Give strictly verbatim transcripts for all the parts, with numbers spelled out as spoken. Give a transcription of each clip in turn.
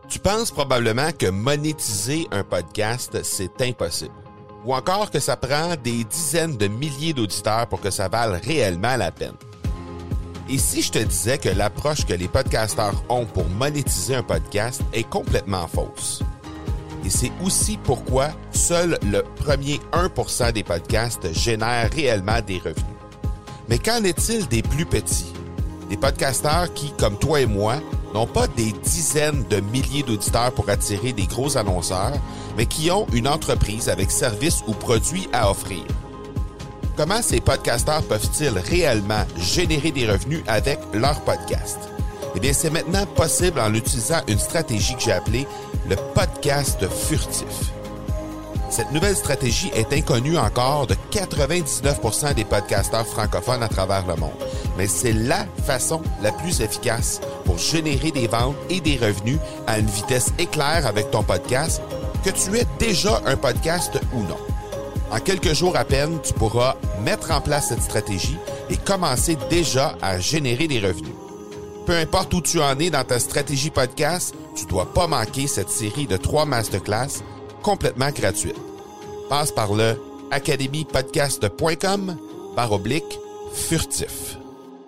Tu penses probablement que monétiser un podcast, c'est impossible. Ou encore que ça prend des dizaines de milliers d'auditeurs pour que ça vale réellement la peine. Et si je te disais que l'approche que les podcasteurs ont pour monétiser un podcast est complètement fausse? Et c'est aussi pourquoi seul le premier un pour cent des podcasts génèrent réellement des revenus. Mais qu'en est-il des plus petits? Des podcasteurs qui, comme toi et moi, n'ont pas des dizaines de milliers d'auditeurs pour attirer des gros annonceurs, mais qui ont une entreprise avec services ou produits à offrir. Comment ces podcasteurs peuvent-ils réellement générer des revenus avec leur podcast? Eh bien, c'est maintenant possible en utilisant une stratégie que j'ai appelée le podcast furtif. Cette nouvelle stratégie est inconnue encore de quatre-vingt-dix-neuf pour cent des podcasteurs francophones à travers le monde. Mais c'est la façon la plus efficace pour générer des ventes et des revenus à une vitesse éclair avec ton podcast, que tu aies déjà un podcast ou non. En quelques jours à peine, tu pourras mettre en place cette stratégie et commencer déjà à générer des revenus. Peu importe où tu en es dans ta stratégie podcast, tu ne dois pas manquer cette série de trois masterclass complètement gratuite. Passe par le academy podcast point com barre oblique furtif.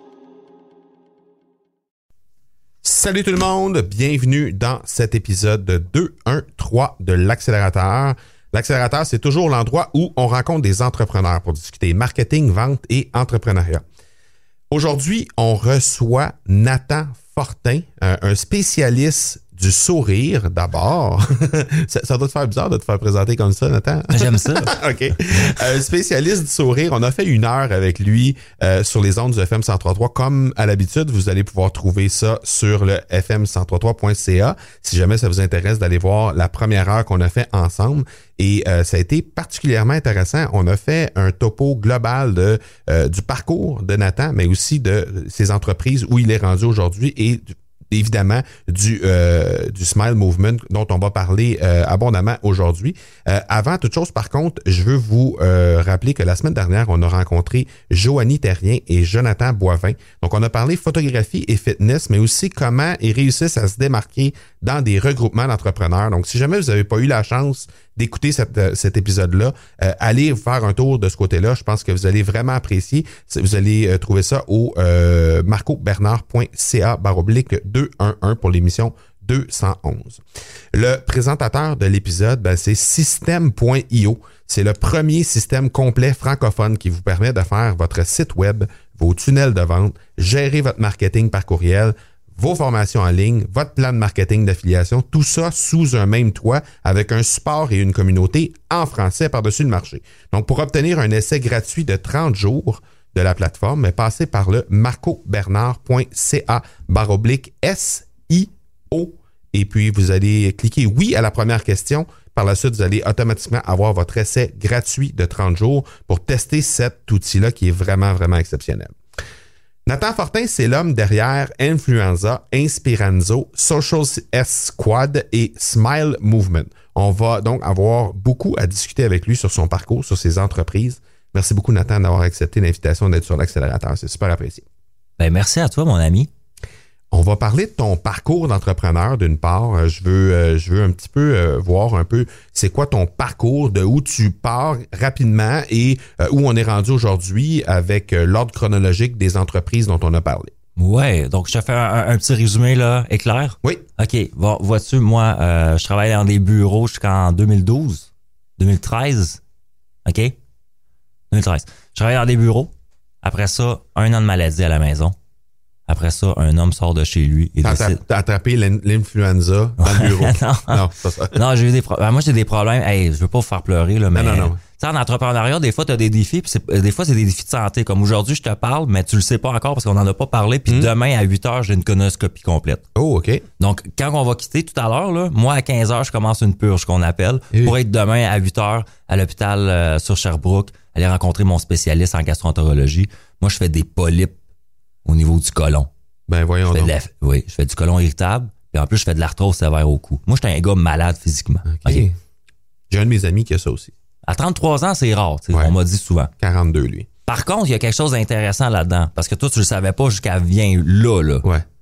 Salut tout le monde, bienvenue dans cet épisode deux un trois de l'Accélérateur. L'Accélérateur, c'est toujours l'endroit où on rencontre des entrepreneurs pour discuter marketing, vente et entrepreneuriat. Aujourd'hui, on reçoit Nathan Fortin, un spécialiste du sourire d'abord. ça, ça doit te faire bizarre de te faire présenter comme ça, Nathan. J'aime ça. OK. Un spécialiste du sourire. On a fait une heure avec lui euh, sur les ondes du F M cent trois point trois. Comme à l'habitude, vous allez pouvoir trouver ça sur le f m cent trois point trois point c a si jamais ça vous intéresse d'aller voir la première heure qu'on a fait ensemble. Et euh, ça a été particulièrement intéressant. On a fait un topo global de euh, du parcours de Nathan, mais aussi de ses entreprises, où il est rendu aujourd'hui et du évidemment du euh, du Smile Movement dont on va parler euh, abondamment aujourd'hui. Euh, avant toute chose, par contre, je veux vous euh, rappeler que la semaine dernière, on a rencontré Joanie Terrien et Jonathan Boivin. Donc, on a parlé photographie et fitness, mais aussi comment ils réussissent à se démarquer dans des regroupements d'entrepreneurs. Donc, si jamais vous n'avez pas eu la chance d'écouter cette, cet épisode-là, euh, allez faire un tour de ce côté-là. Je pense que vous allez vraiment apprécier. Vous allez euh, trouver ça au euh, marcobernard point c a barre oblique deux un un pour l'émission deux cent onze. Le présentateur de l'épisode, ben, c'est système point i o. C'est le premier système complet francophone qui vous permet de faire votre site web, vos tunnels de vente, gérer votre marketing par courriel, vos formations en ligne, votre plan de marketing d'affiliation, tout ça sous un même toit avec un support et une communauté en français par-dessus le marché. Donc, pour obtenir un essai gratuit de trente jours de la plateforme, passez par le marcobernard point c a barre oblique S I O et puis vous allez cliquer oui à la première question. Par la suite, vous allez automatiquement avoir votre essai gratuit de trente jours pour tester cet outil-là qui est vraiment, vraiment exceptionnel. Nathan Fortin, c'est l'homme derrière Influenza, Inspiranzo, Social S Squad et Smile Movement. On va donc avoir beaucoup à discuter avec lui sur son parcours, sur ses entreprises. Merci beaucoup, Nathan, d'avoir accepté l'invitation d'être sur l'Accélérateur. C'est super apprécié. Ben, merci à toi, mon ami. On va parler de ton parcours d'entrepreneur d'une part. Je veux, je veux un petit peu euh, voir un peu c'est quoi ton parcours, de où tu pars rapidement et euh, où on est rendu aujourd'hui avec euh, l'ordre chronologique des entreprises dont on a parlé. Ouais, donc je te fais un, un petit résumé là, éclair? Oui. OK, Vo- vois-tu, moi, euh, je travaillais dans des bureaux jusqu'en deux mille douze, deux mille treize, OK? deux mille treize. Je travaillais dans des bureaux. Après ça, un an de maladie à la maison. Après ça, un homme sort de chez lui et T'as, décide... t'as attrapé l'influenza dans le bureau. non, non, c'est pas ça. non, j'ai eu des problèmes. Moi, j'ai des problèmes. Hey, je veux pas vous faire pleurer, là, mais. Non, non, non. Tu sais, en entrepreneuriat, des fois, tu as des défis, puis c'est, des fois, c'est des défis de santé. Comme aujourd'hui, je te parle, mais tu le sais pas encore parce qu'on en a pas parlé. Puis mmh. demain, à huit heures, j'ai une colonoscopie complète. Oh, OK. Donc, quand on va quitter tout à l'heure, là, moi, à quinze heures, je commence une purge qu'on appelle oui. pour être demain à huit heures à l'hôpital euh, sur Sherbrooke, aller rencontrer mon spécialiste en gastroentérologie. Moi, je fais des polypes au niveau du côlon. Ben, voyons donc. La, oui, je fais du côlon irritable. Puis en plus, je fais de l'arthrose sévère au cou. Moi, j'étais un gars malade physiquement. OK. Okay. J'ai un de mes amis qui a ça aussi. À trente-trois ans, c'est rare. Ouais. On m'a dit souvent. quarante-deux, lui. Par contre, il y a quelque chose d'intéressant là-dedans. Parce que toi, tu le savais pas jusqu'à vient là, là. Ouais.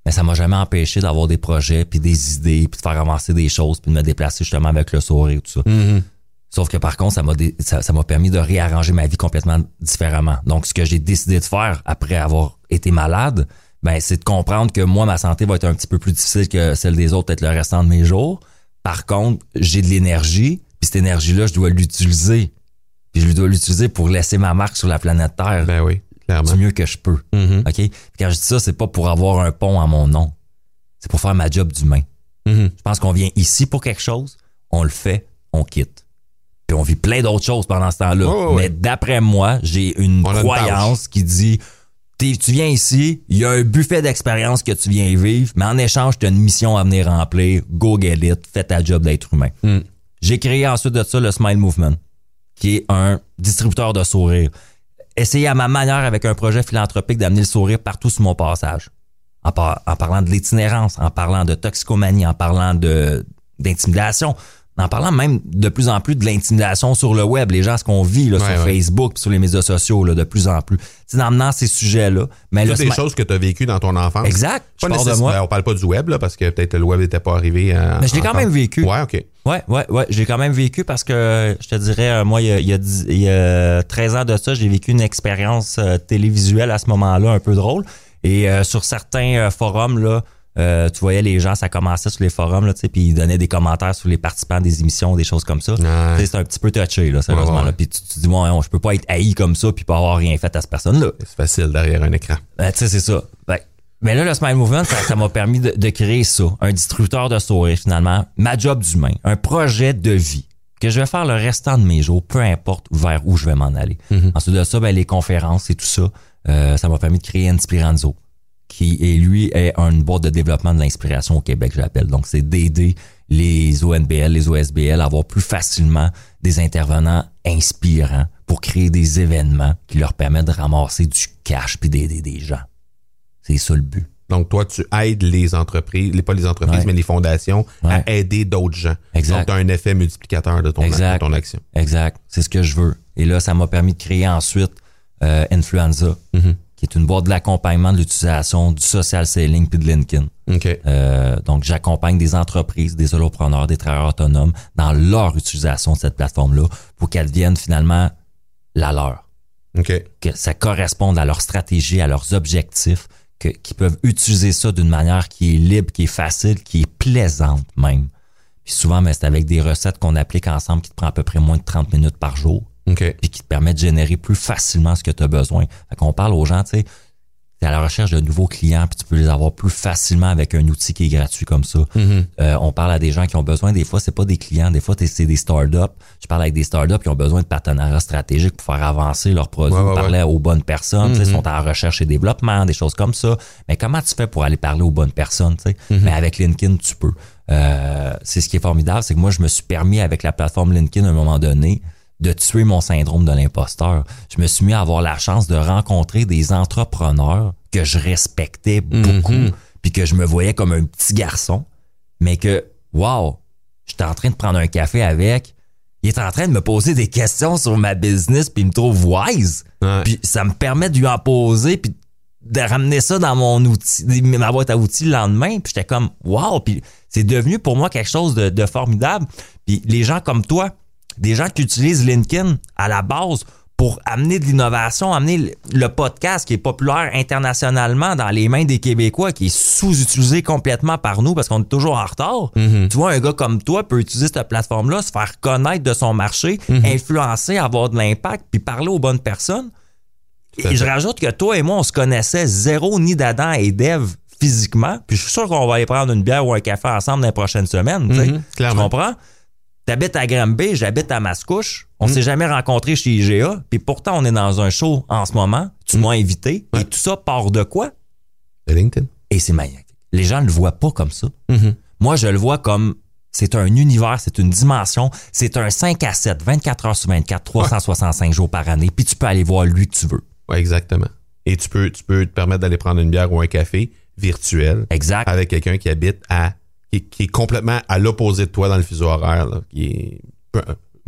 mais ça m'a jamais empêché d'avoir des projets, puis des idées, puis de faire avancer des choses, puis de me déplacer justement avec le sourire et tout ça. Mm-hmm. Sauf que par contre, ça m'a dé- ça, ça m'a permis de réarranger ma vie complètement différemment. Donc, ce que j'ai décidé de faire après avoir été malade, ben c'est de comprendre que moi, ma santé va être un petit peu plus difficile que celle des autres, peut-être le restant de mes jours. Par contre, j'ai de l'énergie, puis cette énergie-là, je dois l'utiliser. Puis je dois l'utiliser pour laisser ma marque sur la planète Terre. Ben oui, clairement. Du mieux que je peux. Mm-hmm. OK? Puis quand je dis ça, c'est pas pour avoir un pont à mon nom. C'est pour faire ma job d'humain. Mm-hmm. Je pense qu'on vient ici pour quelque chose, on le fait, on quitte. Puis on vit plein d'autres choses pendant ce temps-là. Oh, Mais ouais. d'après moi, j'ai une On a une croyance qui dit t'es- tu viens ici, il y a un buffet d'expérience que tu viens vivre, mais en échange, tu as une mission à venir remplir. Go get it, fais ta job d'être humain. Mm. J'ai créé ensuite de ça le Smile Movement, qui est un distributeur de sourires. Essayer à ma manière avec un projet philanthropique d'amener le sourire partout sur mon passage. En, par- en parlant de l'itinérance, en parlant de toxicomanie, en parlant de d'intimidation, en parlant même de plus en plus de l'intimidation sur le web, les gens, ce qu'on vit là, Ouais, sur ouais. Facebook puis sur les médias sociaux là, de plus en plus. C'est en amenant ces sujets-là. Mais Toutes le des smi- choses que tu as vécues dans ton enfance. Exact. Je Pas parle de nécessairement- moi. ben, on parle pas du web, là, parce que peut-être le web n'était pas arrivé. euh, Mais je l'ai quand encore. même vécu. Ouais, OK. Ouais, ouais, ouais. J'ai quand même vécu parce que je te dirais, euh, moi, il y a, il y a, dix- il y a treize ans de ça, j'ai vécu une expérience euh, télévisuelle à ce moment-là, un peu drôle. Et euh, sur certains euh, forums, là, euh, tu voyais les gens, ça commençait sur les forums, là, tu sais, puis ils donnaient des commentaires sur les participants des émissions, des choses comme ça. Ouais. Tu sais, c'est un petit peu touché, là, sérieusement. Ouais, ouais. Là. Puis tu, tu te dis, moi, je peux pas être haï comme ça puis pas avoir rien fait à cette personne-là. C'est facile derrière un écran. Ben, tu sais, c'est ça. Ben, mais là, le Smile Movement, ça, ça m'a permis de, de créer ça. Un distributeur de sourires, finalement. Ma job d'humain. Un projet de vie que je vais faire le restant de mes jours, peu importe vers où je vais m'en aller. Mm-hmm. Ensuite de ça, ben, les conférences et tout ça, euh, ça m'a permis de créer Inspiranzo, qui est, lui, est une boîte de développement de l'inspiration au Québec, je l'appelle. Donc, c'est d'aider les O N B L, les O S B L à avoir plus facilement des intervenants inspirants pour créer des événements qui leur permettent de ramasser du cash puis d'aider des gens. C'est ça le but. Donc, toi, tu aides les entreprises, les, pas les entreprises, Ouais. mais les fondations Ouais. à aider d'autres gens. Exact. Donc, tu as un effet multiplicateur de ton, Exact. de ton action. Exact. C'est ce que je veux. Et là, ça m'a permis de créer ensuite euh, Influenza, Mm-hmm. qui est une boîte de l'accompagnement de l'utilisation du social selling puis de LinkedIn. OK. Euh, donc, j'accompagne des entreprises, des solopreneurs, des travailleurs autonomes dans leur utilisation de cette plateforme-là pour qu'elle devienne finalement la leur. OK. Que ça corresponde à leur stratégie, à leurs objectifs, que, qu'ils peuvent utiliser ça d'une manière qui est libre, qui est facile, qui est plaisante même. Puis souvent, mais c'est avec des recettes qu'on applique ensemble qui te prend à peu près moins de trente minutes par jour, OK. puis qui te permet de générer plus facilement ce que tu as besoin. Fait qu'on parle aux gens, tu sais, tu es à la recherche de nouveaux clients, puis tu peux les avoir plus facilement avec un outil qui est gratuit comme ça. Mm-hmm. Euh, on parle à des gens qui ont besoin, des fois, c'est pas des clients, des fois, t'es- c'est des startups. Je parle avec des startups qui ont besoin de partenariats stratégiques pour faire avancer leurs produits, Ouais, ouais, parler aux bonnes personnes, tu sais, Mm-hmm. sont en recherche et développement, des choses comme ça. Mais comment tu fais pour aller parler aux bonnes personnes, tu sais? Mm-hmm. Mais avec LinkedIn, tu peux. Euh, c'est ce qui est formidable, c'est que moi, je me suis permis avec la plateforme LinkedIn à un moment donné de tuer mon syndrome de l'imposteur. Je me suis mis à avoir la chance de rencontrer des entrepreneurs que je respectais beaucoup, Mhm. puis que je me voyais comme un petit garçon, mais que, wow, j'étais en train de prendre un café avec, il est en train de me poser des questions sur ma business, puis il me trouve wise, Ouais. puis ça me permet de lui en poser, puis de ramener ça dans mon outil, ma boîte à outils le lendemain, puis j'étais comme, wow, puis c'est devenu pour moi quelque chose de, de formidable, puis les gens comme toi, des gens qui utilisent LinkedIn à la base pour amener de l'innovation, amener le podcast qui est populaire internationalement dans les mains des Québécois, qui est sous-utilisé complètement par nous parce qu'on est toujours en retard. Mm-hmm. Tu vois, un gars comme toi peut utiliser cette plateforme-là, se faire connaître de son marché, Mm-hmm. influencer, avoir de l'impact, puis parler aux bonnes personnes. Tout à Et je fait. rajoute que toi et moi, on se connaissait zéro ni d'Adam et d'Ève physiquement, puis je suis sûr qu'on va aller prendre une bière ou un café ensemble dans les prochaines semaines. tu sais. Mhm, Tu clairement. comprends? T'habites à Granby, j'habite à Mascouche. On s'est jamais rencontrés chez I G A, puis pourtant on est dans un show en ce moment. Tu m'as invité, Ouais. et tout ça part de quoi? De LinkedIn. Et c'est magnifique. Les gens ne le voient pas comme ça. Mhm. Moi, je le vois comme c'est un univers, c'est une dimension, c'est un cinq à sept, vingt-quatre heures sur vingt-quatre, trois cent soixante-cinq jours par année, puis tu peux aller voir lui que tu veux. Ouais, exactement. Et tu peux, tu peux te permettre d'aller prendre une bière ou un café virtuel Exact. avec quelqu'un qui habite à, qui, qui est complètement à l'opposé de toi dans le fuseau horaire, là, qui est peu- peu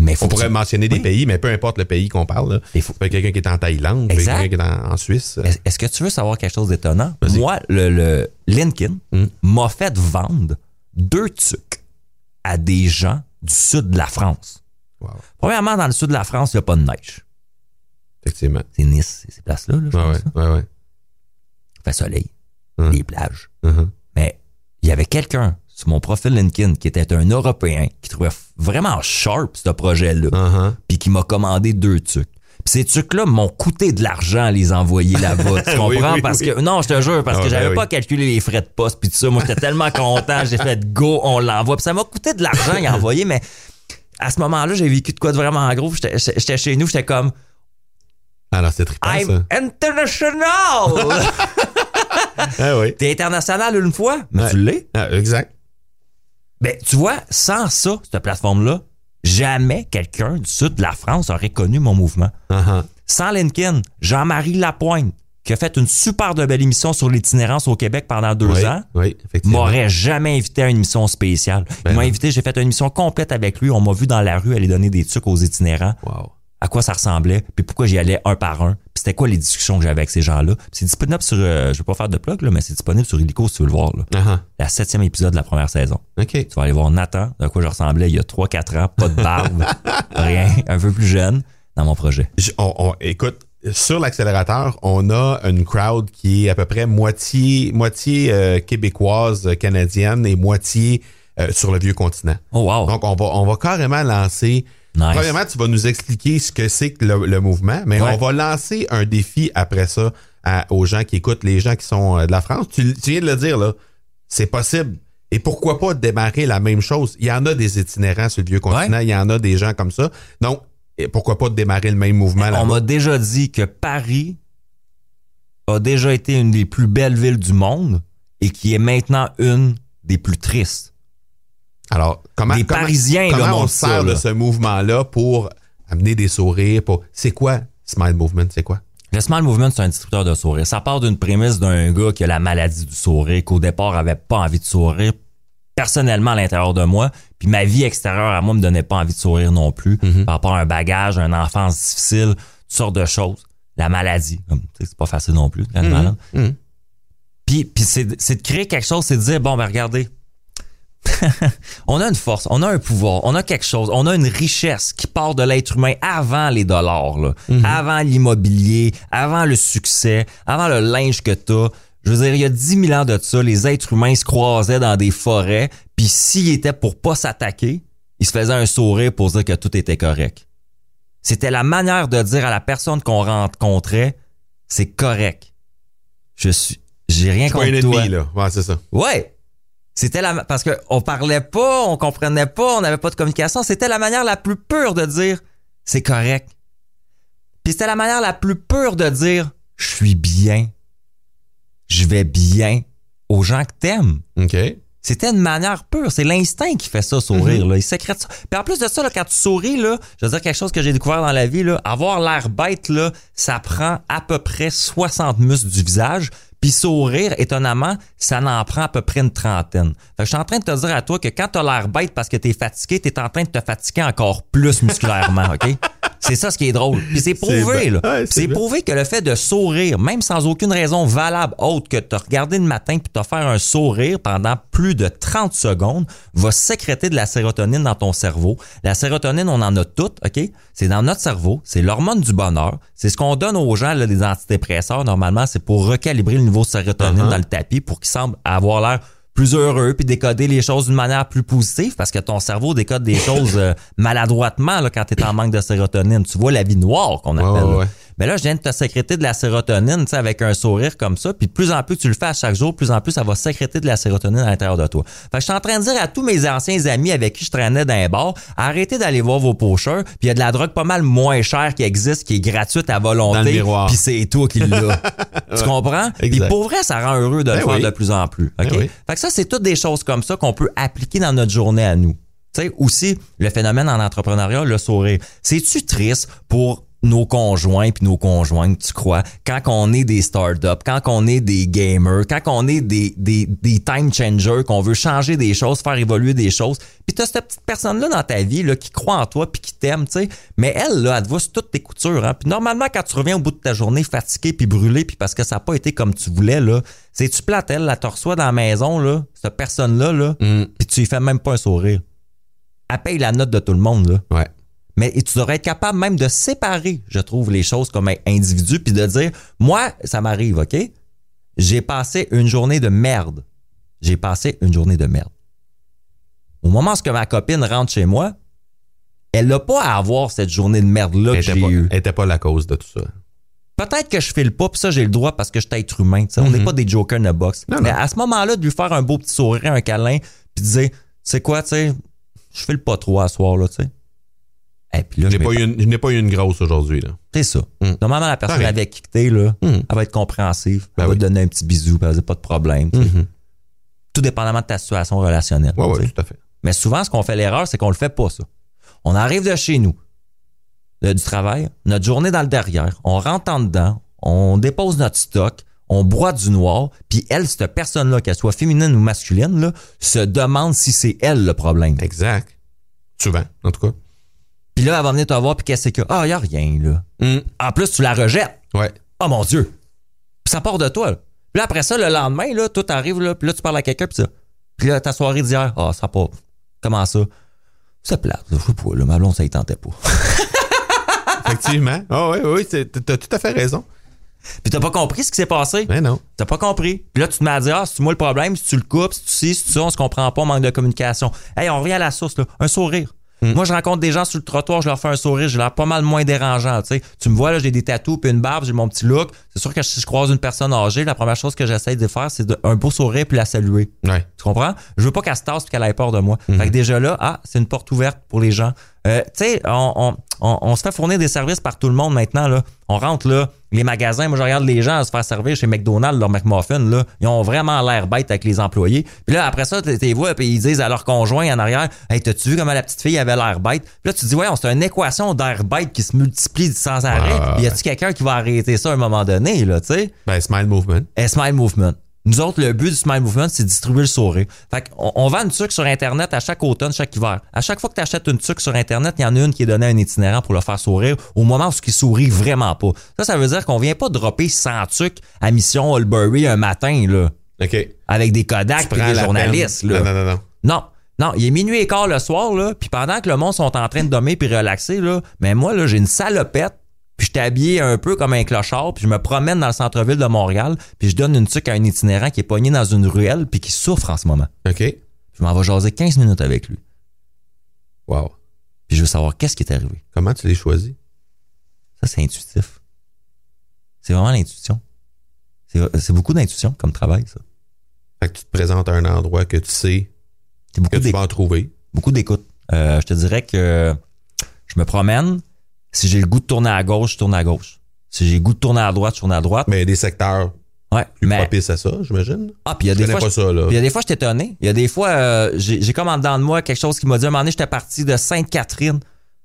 Mais faut on pourrait tu... mentionner des oui. pays, mais peu importe le pays qu'on parle. Là. Il faut que quelqu'un qui est en Thaïlande, quelqu'un qui est en, en Suisse. Est-ce que tu veux savoir quelque chose d'étonnant? Vas-y. Moi, le, le Lincoln mm. m'a fait vendre deux tucs à des gens du sud de la France. Wow. Premièrement, dans le sud de la France, il n'y a pas de neige. Effectivement. C'est Nice, c'est ces places-là. Là, je ouais, pense, ouais, ouais, ouais. Il fait soleil, hum. des plages. Uh-huh. Mais il y avait quelqu'un sur mon profil LinkedIn qui était un Européen qui trouvait vraiment sharp ce projet-là, uh-huh. puis qui m'a commandé deux trucs. Puis ces trucs-là m'ont coûté de l'argent à les envoyer là-bas. Tu comprends? oui, oui, parce oui. que non, je te jure, parce ah, que ben j'avais oui. pas calculé les frais de poste puis tout ça. Moi, j'étais tellement content, j'ai fait go, on l'envoie. Puis ça m'a coûté de l'argent à y envoyer, mais à ce moment-là, j'ai vécu de quoi de vraiment gros. J'étais, j'étais chez nous, j'étais comme Ah non, c'est trippant, I'm ça. international! Ah oui. T'es international une fois, mais ouais. tu l'es. Ah, exact. Ben, tu vois, sans ça, cette plateforme-là, jamais quelqu'un du sud de la France aurait connu mon mouvement. Uh-huh. Sans LinkedIn, Jean-Marie Lapointe, qui a fait une super de belle émission sur l'itinérance au Québec pendant deux oui, ans, oui, effectivement. m'aurait jamais invité à une émission spéciale. Ben Il m'a non. invité, j'ai fait une émission complète avec lui. On m'a vu dans la rue aller donner des trucs aux itinérants. Wow. À quoi ça ressemblait, puis pourquoi j'y allais un par un, puis c'était quoi les discussions que j'avais avec ces gens-là. Puis c'est disponible sur, euh, je vais pas faire de plug, là, mais c'est disponible sur Illico si tu veux le voir. Là. Uh-huh. La septième épisode de la première saison. OK. Tu vas aller voir Nathan, de quoi je ressemblais il y a trois quatre ans, pas de barbe, rien, un peu plus jeune, dans mon projet. Je- on, on- écoute, sur l'accélérateur, on a une crowd qui est à peu près moitié, moitié euh, québécoise, euh, canadienne et moitié euh, sur le vieux continent. Oh wow! Donc, on va, on va carrément lancer... Nice. Premièrement, tu vas nous expliquer ce que c'est que le, le mouvement, mais Ouais. on va lancer un défi après ça à- aux gens qui écoutent, les gens qui sont euh, de la France. Tu, tu viens de le dire, là. C'est possible. Et pourquoi pas démarrer la même chose? Il y en a des itinérants sur le vieux continent, Ouais. il y en a des gens comme ça. Donc, et pourquoi pas démarrer le même mouvement On là-bas? m'a déjà dit que Paris a déjà été une des plus belles villes du monde et qui est maintenant une des plus tristes. Alors, comment, Les comment, Parisiens, comment là, on montrent se sert ça, de là. ce mouvement-là pour amener des sourires? Pour... C'est quoi Smile Movement? C'est quoi? Le Smile Movement, c'est un distributeur de sourire. Ça part d'une prémisse d'un gars qui a la maladie du sourire, qu'au départ avait pas envie de sourire, personnellement à l'intérieur de moi, puis ma vie extérieure à moi me donnait pas envie de sourire non plus, Mm-hmm. par rapport à un bagage, une enfance difficile, toutes sortes de choses. La maladie, comme, tu sais, c'est pas facile non plus, quand t'es malade. Mhm. Puis, puis c'est, c'est de créer quelque chose, c'est de dire, bon, ben regardez, on a une force, on a un pouvoir, on a quelque chose, on a une richesse qui part de l'être humain avant les dollars, là, Mm-hmm. avant l'immobilier, avant le succès, avant le linge que t'as. Je veux dire, il y a dix mille ans de ça, les êtres humains se croisaient dans des forêts, puis s'ils étaient pour pas s'attaquer, ils se faisaient un sourire pour dire que tout était correct. C'était la manière de dire à la personne qu'on rencontrait, c'est correct. Je suis, j'ai rien C'est pas contre un toi. ennemi, là. Ouais, c'est ça. Ouais. C'était la, parce que on parlait pas, on comprenait pas, on n'avait pas de communication. C'était la manière la plus pure de dire, c'est correct. Puis c'était la manière la plus pure de dire, je suis bien. Je vais bien aux gens que t'aimes. OK. C'était une manière pure. C'est l'instinct qui fait ça, sourire. Mm-hmm. Là. Il sécrète ça. Puis en plus de ça, là, quand tu souris, là, je veux dire quelque chose que j'ai découvert dans la vie, là, avoir l'air bête, là, ça prend à peu près soixante muscles du visage. Puis sourire, étonnamment, ça n'en prend à peu près une trentaine. Fait que je suis en train de te dire à toi que quand t'as l'air bête parce que t'es fatigué, t'es en train de te fatiguer encore plus musculairement, OK? C'est ça ce qui est drôle. Puis c'est prouvé, C'est là. bien. Ouais, Puis c'est c'est bien. prouvé que le fait de sourire, même sans aucune raison valable autre que de te regarder le matin puis te faire un sourire pendant plus de trente secondes, va sécréter de la sérotonine dans ton cerveau. La sérotonine, on en a toutes, OK? C'est dans notre cerveau. C'est l'hormone du bonheur. C'est ce qu'on donne aux gens, là, des antidépresseurs. Normalement, c'est pour recalibrer le niveau de sérotonine Uh-huh. dans le tapis pour qu'ils semblent avoir l'air plus heureux puis décoder les choses d'une manière plus positive parce que ton cerveau décode des choses euh, maladroitement là, quand tu es en manque de sérotonine. Tu vois la vie noire qu'on appelle. Ouais, ouais, là. ouais. Mais là, je viens de te sécréter de la sérotonine, tu sais, avec un sourire comme ça, puis de plus en plus que tu le fais à chaque jour, plus en plus ça va sécréter de la sérotonine à l'intérieur de toi. Fait que je suis en train de dire à tous mes anciens amis avec qui je traînais dans les bars, arrêtez d'aller voir vos pocheurs, puis il y a de la drogue pas mal moins chère qui existe, qui est gratuite à Dans le volonté, miroir. puis c'est toi qui l'as. Tu comprends? Puis Exact. pour vrai, ça rend heureux de le Ben faire oui. de plus en plus. OK? Ben oui. Fait que ça, c'est toutes des choses comme ça qu'on peut appliquer dans notre journée à nous. Tu sais, aussi, le phénomène en entrepreneuriat, le sourire. C'est-tu triste pour nos conjoints puis nos conjointes, tu crois, quand on est des startups, quand on est des gamers, quand on est des, des, des time changers, qu'on veut changer des choses, faire évoluer des choses, puis t'as cette petite personne-là dans ta vie là, qui croit en toi puis qui t'aime, tu sais, mais elle, là, elle te voit sur toutes tes coutures. Hein? Puis normalement, quand tu reviens au bout de ta journée fatigué puis brûlé puis parce que ça n'a pas été comme tu voulais, là, c'est-tu plate, elle, la te reçoit dans la maison, là, cette personne-là, là, Mm. puis tu lui fais même pas un sourire. Elle paye la note de tout le monde, là. Ouais. Mais tu devrais être capable même de séparer, je trouve, les choses comme individu puis de dire, moi, ça m'arrive, OK? J'ai passé une journée de merde. J'ai passé une journée de merde. Au moment où ma copine rentre chez moi, elle n'a pas à avoir cette journée de merde-là que j'ai eue. Elle n'était pas la cause de tout ça. Peut-être que je file pas, puis ça, j'ai le droit parce que je suis être humain. Mm-hmm. On n'est pas des jokers in a box. Non, Mais non. à ce moment-là, de lui faire un beau petit sourire, un câlin, puis de dire, c'est quoi, tu sais, je file pas trop à soir, là, tu sais. Et puis là, je n'ai pas, une, je n'ai pas eu une grosse aujourd'hui. Là. C'est ça. Mm. Normalement, la personne Pareil. avec qui t'es, là, Mm. elle va être compréhensive. Ben Elle va oui. te donner un petit bisou, puis elle va dire pas de problème. tu sais. Mm-hmm. Tout dépendamment de ta situation relationnelle. Oui, tu oui, sais. tout à fait. Mais souvent, ce qu'on fait l'erreur, c'est qu'on le fait pas, ça. On arrive de chez nous, de- du travail, notre journée dans le derrière, on rentre en dedans, on dépose notre stock, on broie du noir, puis elle, cette personne-là, qu'elle soit féminine ou masculine, là, se demande si c'est elle le problème. Exact. Souvent, en tout cas. Puis là, elle va venir te voir, puis qu'est-ce que... Ah, il y a rien, là. Mm. En plus, tu la rejettes. Ouais. Oh mon Dieu! Puis ça part de toi. Là. Puis là, après ça, le lendemain, là, tout arrive, là, puis là, tu parles à quelqu'un, puis ça. Puis là, ta soirée d'hier, ah, ça part. Comment ça? C'est plate, je sais pas, là, ma blonde, ça y tentait pas. Effectivement. Ah oui, oui, t'as tout à fait raison. Puis t'as pas compris ce qui s'est passé. Mais non. T'as pas compris. Puis là, tu te mets à dire, ah, c'est moi le problème, si tu le coupes, si tu sais, si tu ça, on se comprend pas, manque de communication. Hey, on revient à la source, là. Un sourire. Mm. Moi, je rencontre des gens sur le trottoir, je leur fais un sourire, j'ai l'air pas mal moins dérangeant, tu sais. Tu me vois, là, j'ai des tatous puis une barbe, j'ai mon petit look. C'est sûr que si je croise une personne âgée, la première chose que j'essaie de faire, c'est de, un beau sourire puis la saluer. Ouais. Tu comprends? Je veux pas qu'elle se tasse puis qu'elle ait peur de moi. Mm-hmm. Fait que déjà là, ah, c'est une porte ouverte pour les gens. Euh, tu sais, on, on, on, on se fait fournir des services par tout le monde maintenant, là. On rentre, là, les magasins, moi, je regarde les gens se faire servir chez McDonald's, leur McMuffin, là. Ils ont vraiment l'air bêtes avec les employés. Puis là, après ça, t'es vois, puis ils disent à leur conjoint en arrière, hey, t'as-tu vu comment la petite fille avait l'air bête? Puis là, tu te dis, ouais, c'est une équation d'air bête qui se multiplie sans arrêt. Ah, y a-tu quelqu'un qui va arrêter ça à un moment donné, là, tu sais? Ben, Smile Movement. Et Smile Movement. Nous autres, le but du Smile Movement, c'est de distribuer le sourire. Fait qu'on on vend une tuque sur Internet à chaque automne, chaque hiver. À chaque fois que tu achètes une tuque sur Internet, il y en a une qui est donnée à un itinérant pour le faire sourire au moment où il sourit vraiment pas. Ça, ça veut dire qu'on vient pas dropper cent tuques à Mission Holbury un matin, là. OK. Avec des Kodak et des journalistes, peine. là. Non, non, non, non. Non. Non, il est minuit et quart le soir, là, puis pendant que le monde sont en train de dormir puis relaxer, là, mais moi, là, j'ai une salopette. Puis je suis habillé un peu comme un clochard, puis je me promène dans le centre-ville de Montréal, puis je donne une tuque à un itinérant qui est pogné dans une ruelle puis qui souffre en ce moment. OK. Je m'en vais jaser quinze minutes avec lui. Wow. Puis je veux savoir qu'est-ce qui est arrivé. Comment tu l'as choisi? Ça, c'est intuitif. C'est vraiment l'intuition. C'est, c'est beaucoup d'intuition comme travail, ça. Fait que tu te présentes à un endroit que tu sais C'est beaucoup que tu vas en trouver. Beaucoup d'écoute. Euh, je te dirais que je me promène. Si j'ai le goût de tourner à gauche, je tourne à gauche. Si j'ai le goût de tourner à droite, je tourne à droite. Mais il y a des secteurs Ouais, plus mais propices à ça, j'imagine. Ah, puis il y a Je des connais fois pas je... ça, là. Puis il y a des fois je suis étonné. Il y a des fois euh, j'ai j'ai comme en dedans de moi quelque chose qui m'a dit à un moment donné, j'étais parti de Sainte-Catherine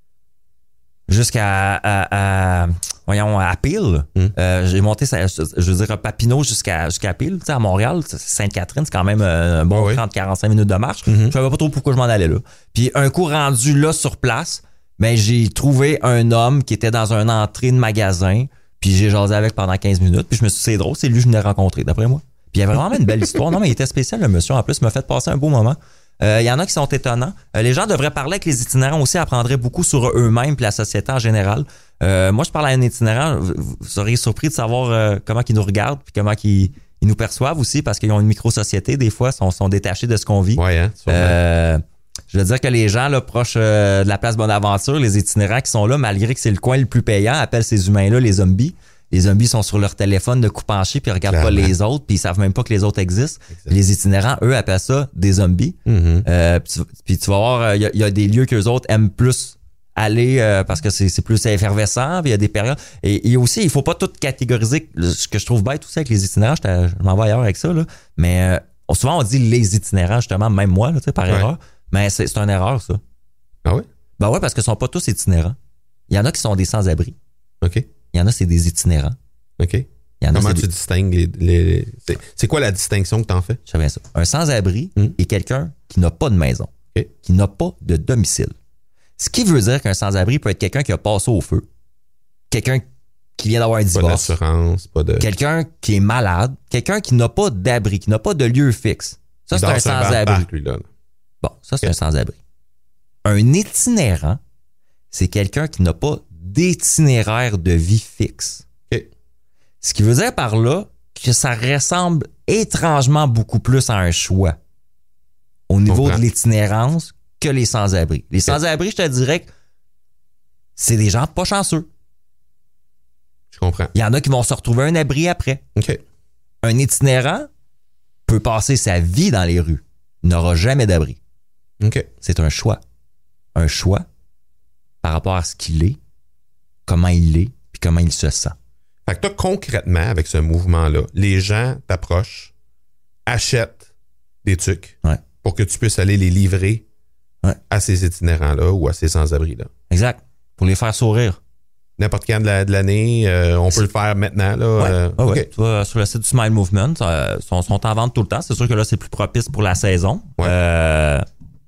jusqu'à à, à, voyons à Peel. Mm. Euh, j'ai monté ça, je veux dire Papineau jusqu'à jusqu'à Peel, tu sais à Montréal, Sainte-Catherine, c'est quand même un bon ah oui. trente à quarante-cinq minutes de marche. Mm-hmm. Je savais pas trop pourquoi je m'en allais là. Puis un coup rendu là sur place, ben j'ai trouvé un homme qui était dans une entrée de magasin, puis j'ai jasé avec pendant quinze minutes, puis je me suis dit c'est drôle, c'est lui que je venais rencontrer d'après moi. Puis il y avait vraiment une belle histoire. Non mais il était spécial le monsieur en plus, il m'a fait passer un beau moment. Il euh, y en a qui sont étonnants. Euh, les gens devraient parler avec les itinérants aussi, apprendraient beaucoup sur eux-mêmes et la société en général. Euh, moi, je parle à un itinérant, vous, vous seriez surpris de savoir euh, comment ils nous regardent puis comment ils, ils nous perçoivent aussi parce qu'ils ont une micro-société, des fois, sont, sont détachés de ce qu'on vit. Ouais, hein, euh, je veux dire que les gens là, proches euh, de la place Bonaventure, les itinérants qui sont là, malgré que c'est le coin le plus payant, appellent ces humains-là les zombies. Les zombies sont sur leur téléphone de coup penché puis ils regardent Clairement. Pas les autres puis ils savent même pas que les autres existent. Exact. Les itinérants, eux, appellent ça des zombies. Mm-hmm. Euh, puis, puis tu vas voir, il y, y a des lieux qu'eux autres aiment plus aller euh, parce que c'est, c'est plus effervescent. Il y a des périodes. Et, et aussi, il faut pas tout catégoriser. Ce que je trouve bête aussi avec les itinérants, je, je m'en vais ailleurs avec ça, là. Mais euh, souvent, on dit les itinérants, justement, même moi, là, par ouais. erreur. Mais c'est, c'est une erreur, ça. Ah oui? Ben ouais, parce qu'ils sont pas tous itinérants. Il y en a qui sont des sans-abri. OK. Il y en a, c'est des itinérants. OK. Il y en Comment a, tu des... distingues les... les... C'est, c'est quoi la distinction que tu en fais? Je sais bien ça. Un sans-abri mm. est quelqu'un qui n'a pas de maison, okay. qui n'a pas de domicile. Ce qui veut dire qu'un sans-abri peut être quelqu'un qui a passé au feu, quelqu'un qui vient d'avoir un divorce, pas d'assurance, pas de... quelqu'un qui est malade, quelqu'un qui n'a pas d'abri, qui n'a pas de lieu fixe. Ça, c'est un sans-abri. Lui, là, là. Bon, ça, c'est okay. un sans-abri. Un itinérant, c'est quelqu'un qui n'a pas d'itinéraire de vie fixe. Okay. Ce qui veut dire par là que ça ressemble étrangement beaucoup plus à un choix au niveau de l'itinérance que les sans-abri. Les okay. sans-abri, je te dirais que c'est des gens pas chanceux. Je comprends. Il y en a qui vont se retrouver un abri après. Okay. Un itinérant peut passer sa vie dans les rues. Il n'aura jamais d'abri. Okay. C'est un choix. Un choix par rapport à ce qu'il est, comment il est, puis comment il se sent. Fait que toi, concrètement, avec ce mouvement-là, les gens t'approchent, achètent des trucs ouais. pour que tu puisses aller les livrer ouais. à ces itinérants-là ou à ces sans-abri-là. Exact. Pour les faire sourire. N'importe quand de, la, de l'année, euh, on peut le faire maintenant. Là, ouais. euh, ah ouais. okay. Tu vois, sur le site du Smile Movement, euh, sont, sont en vente tout le temps. C'est sûr que là, c'est plus propice pour la saison. Ouais. Euh,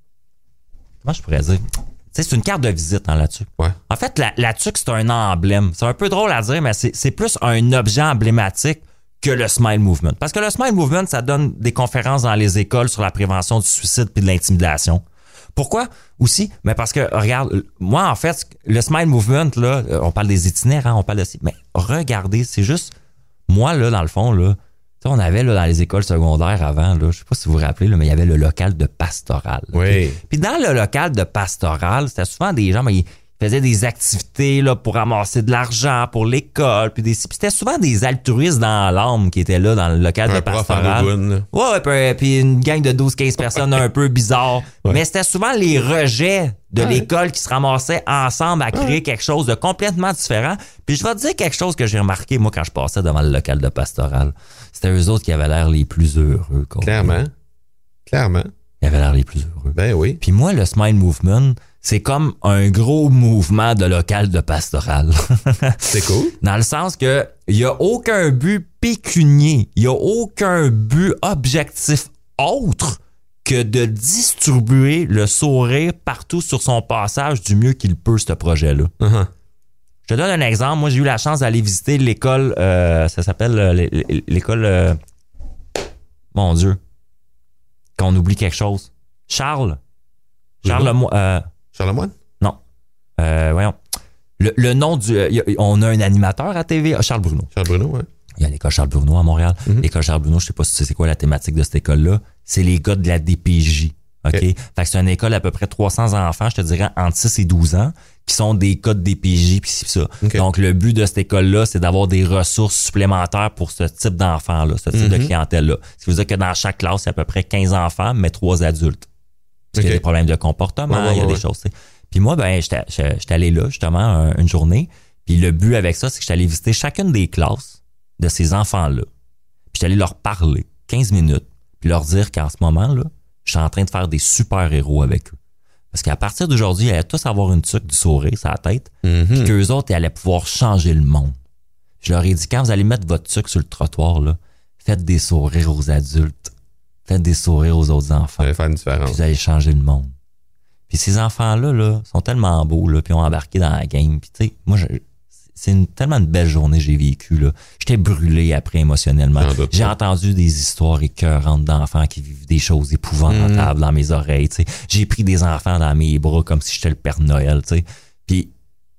comment je pourrais dire? Tu sais, c'est une carte de visite, hein, la tuque. Ouais. En fait, la, la tuque, c'est un emblème. C'est un peu drôle à dire, mais c'est, c'est plus un objet emblématique que le Smile Movement. Parce que le Smile Movement, ça donne des conférences dans les écoles sur la prévention du suicide puis de l'intimidation. Pourquoi aussi? Mais parce que, regarde, moi, en fait, le Smile Movement, là, on parle des itinérants, on parle de... Mais regardez, c'est juste... Moi, là, dans le fond, là, on avait là, dans les écoles secondaires avant, là, je sais pas si vous vous rappelez, là, mais il y avait le local de pastoral. Là, oui. Puis, puis dans le local de pastoral, c'était souvent des gens, mais ils faisaient des activités là, pour ramasser de l'argent pour l'école. Puis, des, puis c'était souvent des altruistes dans l'âme qui étaient là dans le local un de pastoral. Ouais, ouais, puis, puis une gang de douze quinze personnes un peu bizarre. Ouais. Mais c'était souvent les rejets de ouais. l'école qui se ramassaient ensemble à créer ouais. quelque chose de complètement différent. Puis je vais te dire quelque chose que j'ai remarqué, moi, quand je passais devant le local de pastoral. C'était eux autres qui avaient l'air les plus heureux. Clairement. Clairement. Ils avaient l'air les plus heureux. Ben oui. Puis moi, le Smile Movement, c'est comme un gros mouvement de local de pastoral. C'est cool. Dans le sens que il y a aucun but pécunier, il y a aucun but objectif autre que de distribuer le sourire partout sur son passage du mieux qu'il peut, ce projet-là. Uh-huh. Je te donne un exemple. Moi, j'ai eu la chance d'aller visiter l'école, euh, ça s'appelle euh, l'école... Euh, mon Dieu. Qu'on oublie quelque chose. Charles. Charles Lemoine. Euh, Charles Lemoine? Non. Euh, voyons. Le, le nom du... Euh, on a un animateur à T V. Charles Bruno. Charles Bruno, oui. Il y a l'école Charles Bruno à Montréal. Mm-hmm. L'école Charles Bruno, je sais pas si c'est quoi la thématique de cette école-là. C'est les gars de la D P J. OK? Okay. Fait que c'est une école à peu près trois cents enfants, je te dirais, entre six et douze ans, qui sont des gars de D P J pis ça. Okay. Donc, le but de cette école-là, c'est d'avoir des ressources supplémentaires pour ce type d'enfants-là, ce type mm-hmm. de clientèle-là. Ce qui veut dire que dans chaque classe, il y a à peu près quinze enfants, mais trois adultes. Parce okay. qu'il y a des problèmes de comportement, ouais, ouais, il y a ouais. des choses, tu sais. Puis moi, ben, j'étais, j'étais allé là, justement, une journée. Puis le but avec ça, c'est que j'étais allé visiter chacune des classes de ces enfants-là. Puis j'étais allé leur parler quinze minutes, puis leur dire qu'en ce moment-là, je suis en train de faire des super-héros avec eux. Parce qu'à partir d'aujourd'hui, ils allaient tous avoir une tuque du sourire sur la tête, mm-hmm. puis qu'eux autres, ils allaient pouvoir changer le monde. Je leur ai dit, quand vous allez mettre votre tuque sur le trottoir, là, faites des sourires aux adultes. Faites des sourires aux autres enfants. Ça va faire une différence. Vous allez changer le monde. Puis ces enfants-là, là, sont tellement beaux, là, puis ont embarqué dans la game. Puis tu sais, moi, je, c'est une, tellement une belle journée que j'ai vécue, là. J'étais brûlé après émotionnellement. J'ai pas. entendu des histoires écœurantes d'enfants qui vivent des choses épouvantables mmh. dans mes oreilles, tu sais. J'ai pris des enfants dans mes bras comme si j'étais le Père Noël, tu sais. Puis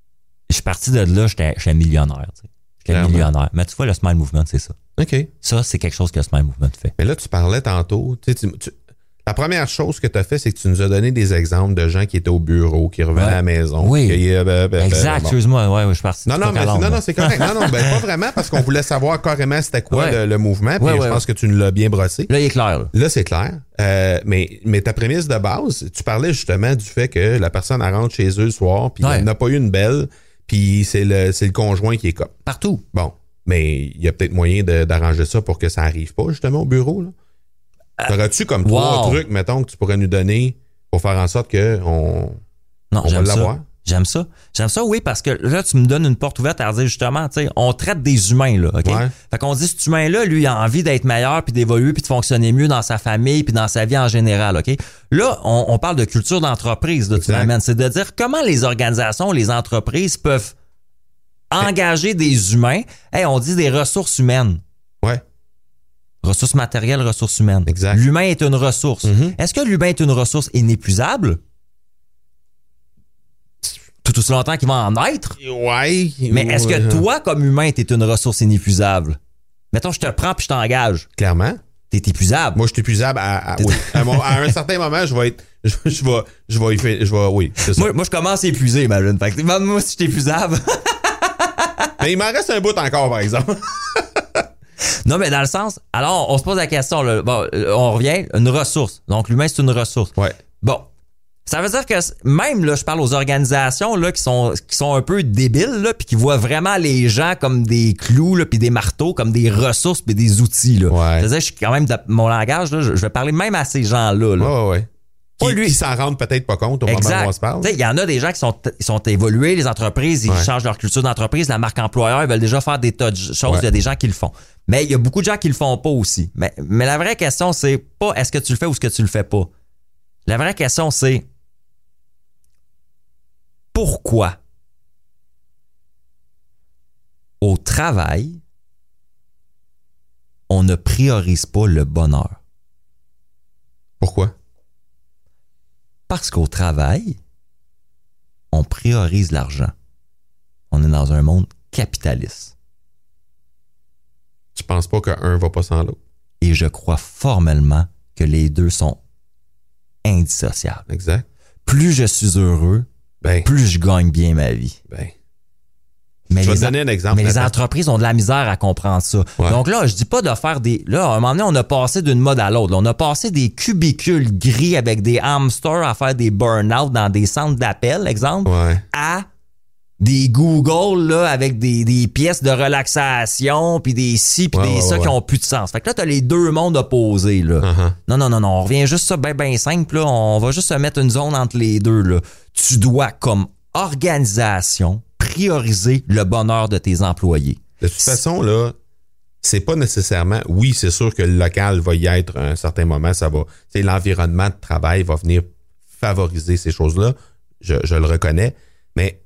je suis parti de là, j'étais, j'étais millionnaire, tu sais. J'étais millionnaire. Mais tu vois, le Smile Movement, c'est ça. OK. Ça, c'est quelque chose que le Smile Movement fait. Mais là, tu parlais tantôt, tu sais, tu, tu, la première chose que tu as fait, c'est que tu nous as donné des exemples de gens qui étaient au bureau, qui revenaient ouais. à la maison. Oui. Qui, euh, ben, ben, exact, ben, bon. excuse-moi, ouais, ouais, je suis parti. Non, non, mais non, non, c'est correct. Non, non, ben, pas vraiment, parce qu'on voulait savoir carrément c'était quoi ouais. le, le mouvement, puis ouais, je ouais, pense ouais. que tu nous l'as bien brossé. Là, il est clair. Là, là c'est clair. Euh, mais, mais ta prémisse de base, tu parlais justement du fait que la personne, elle rentre chez eux le soir, puis ouais. elle n'a pas eu une belle, puis c'est le, c'est le conjoint qui est comme. Partout. Bon. Mais il y a peut-être moyen de, d'arranger ça pour que ça arrive pas, justement, au bureau, là. Euh, T'aurais-tu comme wow. trois trucs, mettons, que tu pourrais nous donner pour faire en sorte que on, non, on va l'avoir? Ça. J'aime ça. J'aime ça, oui, parce que là, tu me donnes une porte ouverte à dire justement, tu sais, on traite des humains, là, OK? Ouais. Fait qu'on dit, cet humain-là, lui, il a envie d'être meilleur, puis d'évoluer, puis de fonctionner mieux dans sa famille, puis dans sa vie en général, OK? Là, on, on parle de culture d'entreprise, là, tu m'amènes. C'est de dire comment les organisations, les entreprises peuvent engager des humains. Hey, on dit des ressources humaines. Ouais. Ressources matérielles, ressources humaines. Exact. L'humain est une ressource. Mm-hmm. Est-ce que l'humain est une ressource inépuisable? Tout aussi longtemps qu'il va en être. Ouais. Mais est-ce que toi, comme humain, t'es une ressource inépuisable? Mettons, je te prends puis je t'engage. Clairement. T'es épuisable. Moi, je suis épuisable à, à, oui. à, mon, à un certain moment, je vais être. Je, je vais. Je vais. Je vais, je vais oui, c'est ça. Moi, moi, je commence à épuiser, imagine. Fait que, moi, si je suis épuisable. Mais il m'en reste un bout encore, par exemple. Non, mais dans le sens. Alors, on se pose la question, là. Bon, on revient. Une ressource. Donc, l'humain, c'est une ressource. Ouais. Bon. Ça veut dire que même là, je parle aux organisations là qui sont qui sont un peu débiles là, puis qui voient vraiment les gens comme des clous là, puis des marteaux, comme des ressources puis des outils là. Ouais. C'est-à-dire, je suis quand même de mon langage là, je vais parler même à ces gens-là. Là. Ouais, ouais. Pas Qui, lui. qui s'en rendent peut-être pas compte au Exact. moment où on se parle. Il y en a des gens qui sont, ils sont évolués, les entreprises, ils ouais. changent leur culture d'entreprise, la marque employeur, ils veulent déjà faire des tas de choses, ouais. Il y a des gens qui le font. Mais il y a beaucoup de gens qui le font pas aussi. Mais, mais la vraie question, c'est pas est-ce que tu le fais ou est-ce que tu le fais pas. La vraie question, c'est pourquoi au travail, on ne priorise pas le bonheur? Pourquoi? Parce qu'au travail, on priorise l'argent. On est dans un monde capitaliste. Tu penses pas qu'un va pas sans l'autre? Et je crois formellement que les deux sont indissociables. Exact. Plus je suis heureux, ben, plus je gagne bien ma vie. Ben. Mais je vais les te donner un exemple. Mais les entreprises ont de la misère à comprendre ça. Ouais. Donc là, je dis pas de faire des... Là, à un moment donné, on a passé d'une mode à l'autre. Là, on a passé des cubicules gris avec des hamsters à faire des burn-out dans des centres d'appel, exemple, ouais. à des Google là, avec des, des pièces de relaxation, puis des ci, puis ouais, des ouais, ça ouais. qui ont plus de sens. Fait que là, t'as les deux mondes opposés. Là. Uh-huh. Non, non, non, non. On revient juste ça bien, bien simple. Là. On va juste se mettre une zone entre les deux. Là. Tu dois, comme organisation, prioriser le bonheur de tes employés. De toute façon, là, c'est pas nécessairement... Oui, c'est sûr que le local va y être à un certain moment. Ça va... C'est l'environnement de travail va venir favoriser ces choses-là. Je, je le reconnais. Mais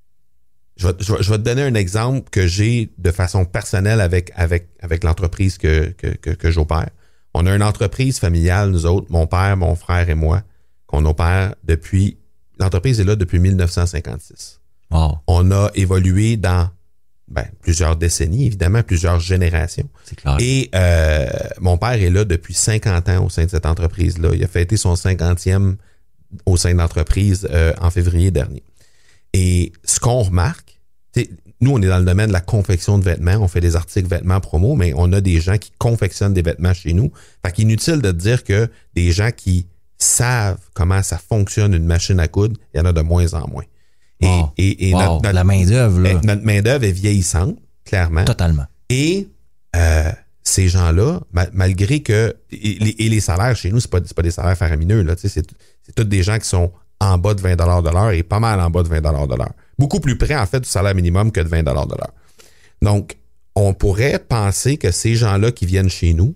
je vais, je, vais, je vais te donner un exemple que j'ai de façon personnelle avec, avec, avec l'entreprise que, que, que, que j'opère. On a une entreprise familiale, nous autres, mon père, mon frère et moi, qu'on opère depuis... L'entreprise est là depuis mille neuf cent cinquante-six. Oh. On a évolué dans ben, plusieurs décennies, évidemment, plusieurs générations. C'est clair. Et euh, mon père est là depuis cinquante ans au sein de cette entreprise-là. Il a fêté son cinquantième au sein de l'entreprise euh, en février dernier. Et ce qu'on remarque, nous, on est dans le domaine de la confection de vêtements. On fait des articles vêtements promo, mais on a des gens qui confectionnent des vêtements chez nous. Fait qu'inutile de dire que des gens qui savent comment ça fonctionne une machine à coudre, il y en a de moins en moins. Et, wow. et, et wow. notre, notre, la main-d'œuvre, là. Notre main-d'œuvre est vieillissante, clairement. Totalement. Et euh, ces gens-là, mal, malgré que. Et les, et les salaires chez nous, c'est pas, c'est pas des salaires faramineux, là. C'est, c'est tous des gens qui sont en bas de vingt dollars de l'heure et pas mal en bas de vingt dollars de l'heure. Beaucoup plus près, en fait, du salaire minimum que de vingt dollars de l'heure. Donc, on pourrait penser que ces gens-là qui viennent chez nous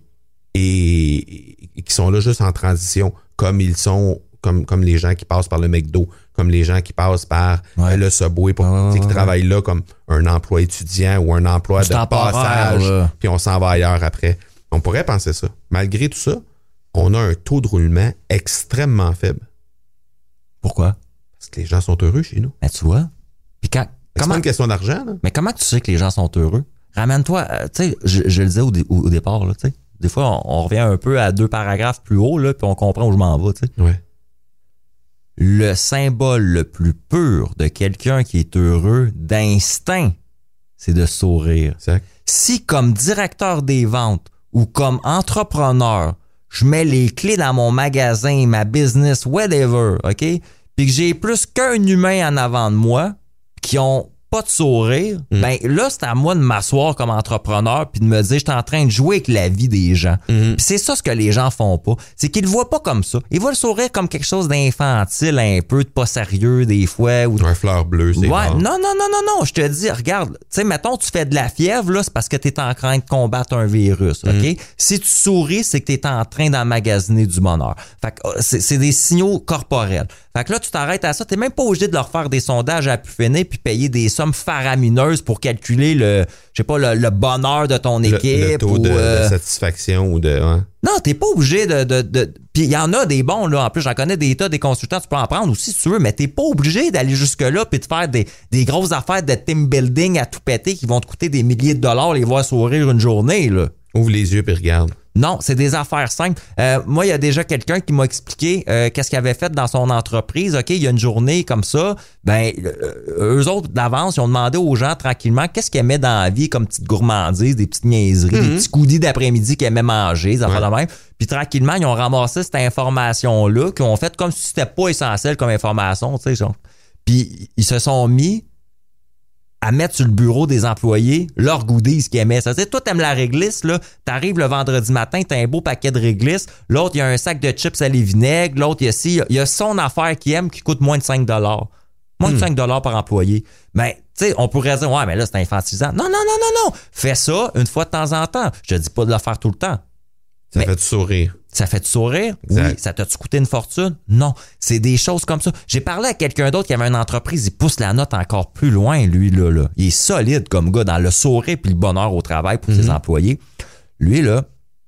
et, et qui sont là juste en transition, comme ils sont. Comme, comme les gens qui passent par le McDo, comme les gens qui passent par ouais. le Subway, pour, ouais, ouais, qui ouais. travaillent là comme un emploi étudiant ou un emploi de passage, puis on s'en va ailleurs après. On pourrait penser ça. Malgré tout ça, on a un taux de roulement extrêmement faible. Pourquoi? Parce que les gens sont heureux chez nous. Ben, tu vois. Puis quand, c'est comment, pas une question d'argent. Là. Mais comment tu sais que les gens sont heureux? Ramène-toi, euh, tu sais, je, je le disais au, dé, au, au départ, là, tu sais. Des fois, on, on revient un peu à deux paragraphes plus haut, là, puis on comprend où je m'en vais, tu sais. Ouais. Le symbole le plus pur de quelqu'un qui est heureux d'instinct, c'est de sourire. Exact. Si comme directeur des ventes ou comme entrepreneur, je mets les clés dans mon magasin, ma business, whatever, OK? Puis que j'ai plus qu'un humain en avant de moi qui ont pas de sourire, mm. ben là, c'est à moi de m'asseoir comme entrepreneur puis de me dire, je suis en train de jouer avec la vie des gens. Mm. Puis c'est ça ce que les gens font pas. C'est qu'ils le voient pas comme ça. Ils voient le sourire comme quelque chose d'infantile, un peu de pas sérieux des fois. Ou... Un fleur bleue, c'est ouais, rare. non, non, non, non, non. Je te dis, regarde, tu sais, mettons, tu fais de la fièvre, là, c'est parce que tu es en train de combattre un virus, OK? Mm. Si tu souris, c'est que tu es en train d'emmagasiner du bonheur. Fait que c'est, c'est des signaux corporels. Fait que là, tu t'arrêtes à ça. T'es même pas obligé de leur faire des sondages à pu finir puis payer des sommes faramineuses pour calculer le, je sais pas, le, le bonheur de ton équipe. Le, le taux ou, de, euh... de satisfaction ou de... Ouais. Non, t'es pas obligé de... de, de... Puis il y en a des bons, là. En plus, j'en connais des tas, des consultants, tu peux en prendre aussi si tu veux, mais t'es pas obligé d'aller jusque-là puis de faire des, des grosses affaires de team building à tout péter qui vont te coûter des milliers de dollars les voir sourire une journée, là. Ouvre les yeux puis regarde. Non, c'est des affaires simples. Euh, moi, il y a déjà quelqu'un qui m'a expliqué euh, qu'est-ce qu'il avait fait dans son entreprise. OK, il y a une journée comme ça. Ben, euh, eux autres, d'avance, ils ont demandé aux gens tranquillement qu'est-ce qu'ils aimaient dans la vie comme petites gourmandises, des petites niaiseries, mm-hmm. des petits goodies d'après-midi qu'ils aimaient manger, des affaires de même. Puis tranquillement, ils ont ramassé cette information-là, qu'ils ont fait comme si c'était pas essentiel comme information, tu sais, genre. Puis ils se sont mis à mettre sur le bureau des employés leurs goodies qu'ils aimaient. Ça veut dire, toi, t'aimes la réglisse, là, t'arrives le vendredi matin, t'as un beau paquet de réglisse, l'autre, il y a un sac de chips à les vinaigres, l'autre, il y a ci, il y a son affaire qu'il aime qui coûte moins de cinq dollars. Moins de cinq dollars par employé. Mais, tu sais, on pourrait dire, ouais, mais là, c'est infantilisant. Non, non, non, non, non. Fais ça une fois de temps en temps. Je te dis pas de le faire tout le temps. Ça mais, fait du sourire. Ça fait du sourire? Exact. Oui. Ça t'a-tu coûté une fortune? Non. C'est des choses comme ça. J'ai parlé à quelqu'un d'autre qui avait une entreprise, il pousse la note encore plus loin, lui, là, là. Il est solide comme gars dans le sourire puis le bonheur au travail pour mm-hmm. ses employés. Lui, là,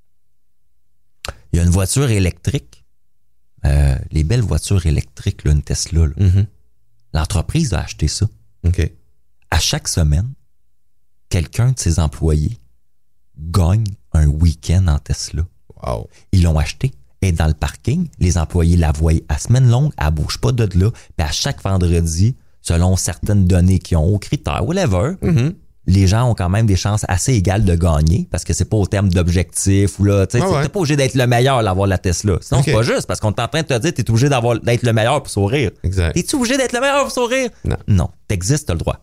il a une voiture électrique. Euh, les belles voitures électriques, là, une Tesla, là. Mm-hmm. L'entreprise a acheté ça. OK. À chaque semaine, quelqu'un de ses employés gagne un week-end en Tesla. Wow. Ils l'ont acheté. Et dans le parking, les employés la voient à semaine longue, elle bouge pas de là. Puis à chaque vendredi, selon certaines données qu'ils ont, aux critères, whatever, mm-hmm. les gens ont quand même des chances assez égales de gagner parce que c'est pas au terme d'objectif ou là, tu sais, ah ouais. t'es pas obligé d'être le meilleur à avoir la Tesla. Sinon, okay. c'est pas juste parce qu'on est en train de te dire t'es obligé d'avoir, d'être le meilleur pour sourire. Exact. T'es-tu obligé d'être le meilleur pour sourire? Non. Non. T'existes, t'as le droit.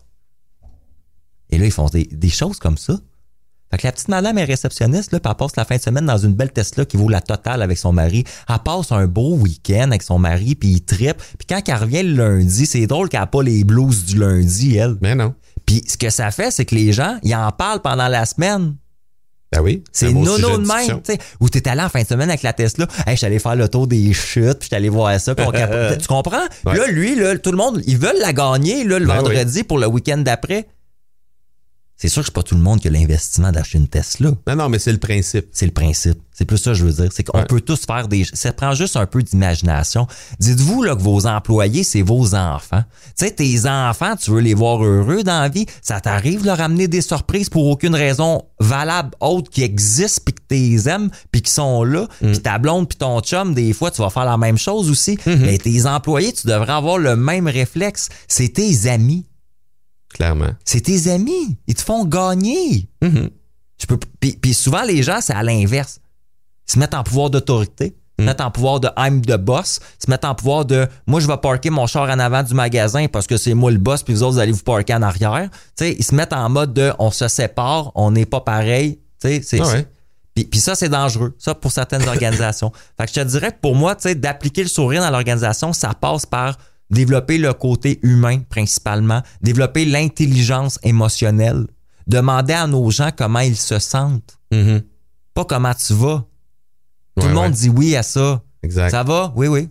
Et là, ils font des, des choses comme ça. Fait que la petite madame est réceptionniste, là, puis elle passe la fin de semaine dans une belle Tesla qui vaut la totale avec son mari. Elle passe un beau week-end avec son mari, puis il trippe. Puis quand elle revient le lundi, c'est drôle qu'elle n'a pas les blues du lundi, elle. Mais non. Puis ce que ça fait, c'est que les gens, ils en parlent pendant la semaine. Ben oui. C'est nono de même, tu sais. Ou t'es allé en fin de semaine avec la Tesla. Hey, je suis allé faire le tour des chutes, puis je suis allé voir ça, puis on capote. Tu comprends? Ouais. Là, lui, là, tout le monde, ils veulent la gagner, là, le ben vendredi oui. pour le week-end d'après. C'est sûr que c'est pas tout le monde qui a l'investissement d'acheter une Tesla. Non, non, mais c'est le principe. C'est le principe. C'est plus ça que je veux dire. C'est qu'on ouais. peut tous faire des... Ça prend juste un peu d'imagination. Dites-vous là que vos employés, c'est vos enfants. Tu sais, tes enfants, tu veux les voir heureux dans la vie. Ça t'arrive de leur amener des surprises pour aucune raison valable autre qui existe puis que t'es aimes puis qui sont là. Mm. Puis ta blonde puis ton chum, des fois, tu vas faire la même chose aussi. Mm-hmm. Mais tes employés, tu devrais avoir le même réflexe. C'est tes amis. Clairement. C'est tes amis. Ils te font gagner. Mm-hmm. Tu peux, puis, puis souvent, les gens, c'est à l'inverse. Ils se mettent en pouvoir d'autorité. Ils se mm. mettent en pouvoir de I'm the boss. Ils se mettent en pouvoir de moi, je vais parker mon char en avant du magasin parce que c'est moi le boss puis vous autres, vous allez vous parker en arrière. Tu sais, ils se mettent en mode de on se sépare, on n'est pas pareil. Tu sais, c'est... Ah ouais. Puis, puis ça, c'est dangereux. Ça, pour certaines organisations. Fait que je te dirais que pour moi, tu sais, d'appliquer le sourire dans l'organisation, ça passe par développer le côté humain principalement, développer l'intelligence émotionnelle, demander à nos gens comment ils se sentent, mm-hmm. pas comment tu vas. Tout ouais, le monde ouais. dit oui à ça. Exact. Ça va? Oui, oui.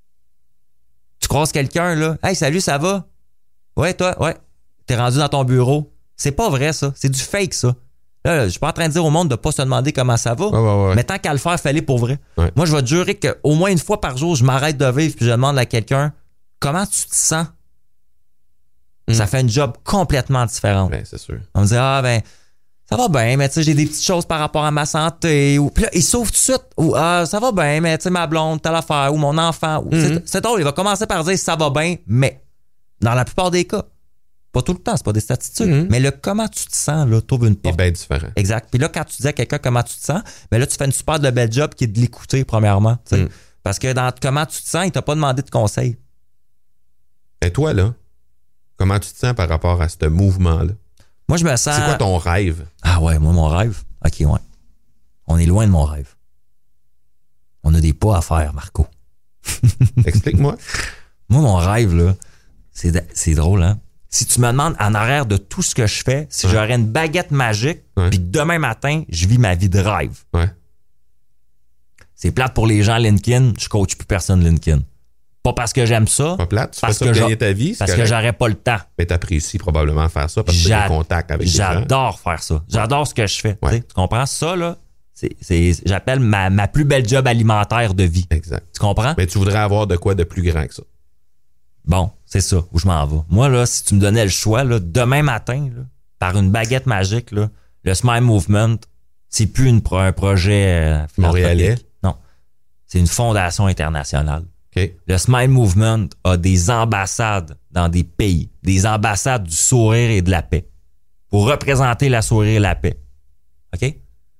Tu croises quelqu'un, là. Hey, salut, ça va? Ouais, toi, ouais. T'es rendu dans ton bureau. C'est pas vrai, ça. C'est du fake, ça. Là, là je suis pas en train de dire au monde de pas se demander comment ça va. Ouais, ouais, ouais. Mais tant qu'à le faire, fallait pour vrai. Ouais. Moi, je vais te jurer qu'au moins une fois par jour, je m'arrête de vivre puis je demande à quelqu'un comment tu te sens? Mm. Ça fait une job complètement différente. Ben, c'est sûr. On me dit, ah, ben, ça va bien, mais tu sais, j'ai des petites choses par rapport à ma santé. Ou, puis là, il s'ouvre tout de suite. Ou, ah, ça va bien, mais tu sais, ma blonde, telle affaire, ou mon enfant. Ou, mm-hmm. c'est, c'est drôle, il va commencer par dire, ça va bien, mais. Dans la plupart des cas. Pas tout le temps, c'est pas des statistiques. Mm-hmm. Mais le comment tu te sens, là, t'ouvres une porte. C'est bien différent. Exact. Puis là, quand tu dis à quelqu'un comment tu te sens, ben là, tu fais une super de belle job qui est de l'écouter, premièrement. Mm. Parce que dans comment tu te sens, il t'a pas demandé de conseils. Et toi, là, Comment tu te sens par rapport à ce mouvement-là? Moi, je me sens... C'est quoi ton rêve? Ah ouais, moi, mon rêve? OK, ouais. On est loin de mon rêve. On a des pas à faire, Marco. Explique-moi. Moi, mon rêve, là, c'est, c'est drôle, hein? Si tu me demandes en arrière de tout ce que je fais, si ouais. j'aurais une baguette magique, ouais. puis que demain matin, je vis ma vie de rêve. Ouais. C'est plate pour les gens Lincoln, je coach plus personne Lincoln. Pas parce que j'aime ça. Pas plate, tu parce fais ça que pour gagner ta vie. Parce correct. que j'aurais pas le temps. Mais t'apprécies probablement faire ça parce que tu as des contacts avec les gens. J'adore faire ça. J'adore ce que je fais. Ouais. Tu comprends? Ça, là, c'est, c'est, j'appelle ma, ma plus belle job alimentaire de vie. Exact. Tu comprends? Mais tu voudrais avoir de quoi de plus grand que ça. Bon, c'est ça, où je m'en vais. Moi, là, si tu me donnais le choix, là, demain matin, là, par une baguette magique, là, le Smile Movement, c'est plus une, un projet euh, montréalais. Non. C'est une fondation internationale. Okay. Le Smile Movement a des ambassades dans des pays, des ambassades du sourire et de la paix, pour représenter la sourire et la paix. OK?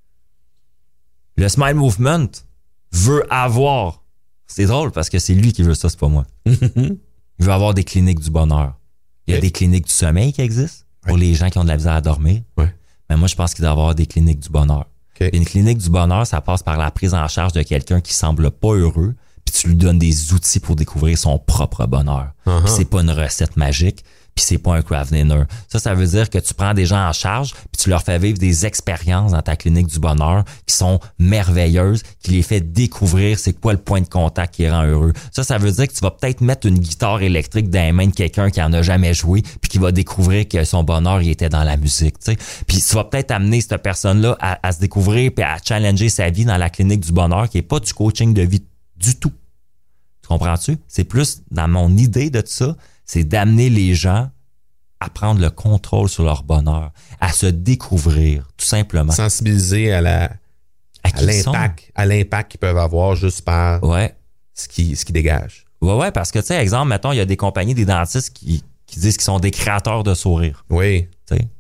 Le Smile Movement veut avoir, c'est drôle parce que c'est lui qui veut ça, c'est pas moi. Il veut avoir des cliniques du bonheur. Il y a okay. des cliniques du sommeil qui existent pour ouais. les gens qui ont de la misère à dormir. Ouais. Mais moi, je pense qu'il doit y avoir des cliniques du bonheur. Okay. Une clinique du bonheur, ça passe par la prise en charge de quelqu'un qui semble pas heureux, puis tu lui donnes des outils pour découvrir son propre bonheur. Uh-huh. Puis c'est pas une recette magique, puis c'est pas un craft dinner. Ça, ça veut dire que tu prends des gens en charge, puis tu leur fais vivre des expériences dans ta clinique du bonheur qui sont merveilleuses, qui les fait découvrir c'est quoi le point de contact qui rend heureux. Ça, ça veut dire que tu vas peut-être mettre une guitare électrique dans les mains de quelqu'un qui en a jamais joué, puis qui va découvrir que son bonheur, il était dans la musique, tu sais. Puis tu vas peut-être amener cette personne-là à, à se découvrir puis à challenger sa vie dans la clinique du bonheur, qui est pas du coaching de vie du tout. Tu comprends-tu? C'est plus, dans mon idée de tout ça, c'est d'amener les gens à prendre le contrôle sur leur bonheur, à se découvrir, tout simplement. Sensibiliser à la à, à l'impact, à l'impact qu'ils peuvent avoir juste par ouais. ce qui ce qui dégage. Ouais, ouais, parce que, tu sais, exemple, mettons, il y a des compagnies, des dentistes qui, qui disent qu'ils sont des créateurs de sourires. Oui. Tu sais.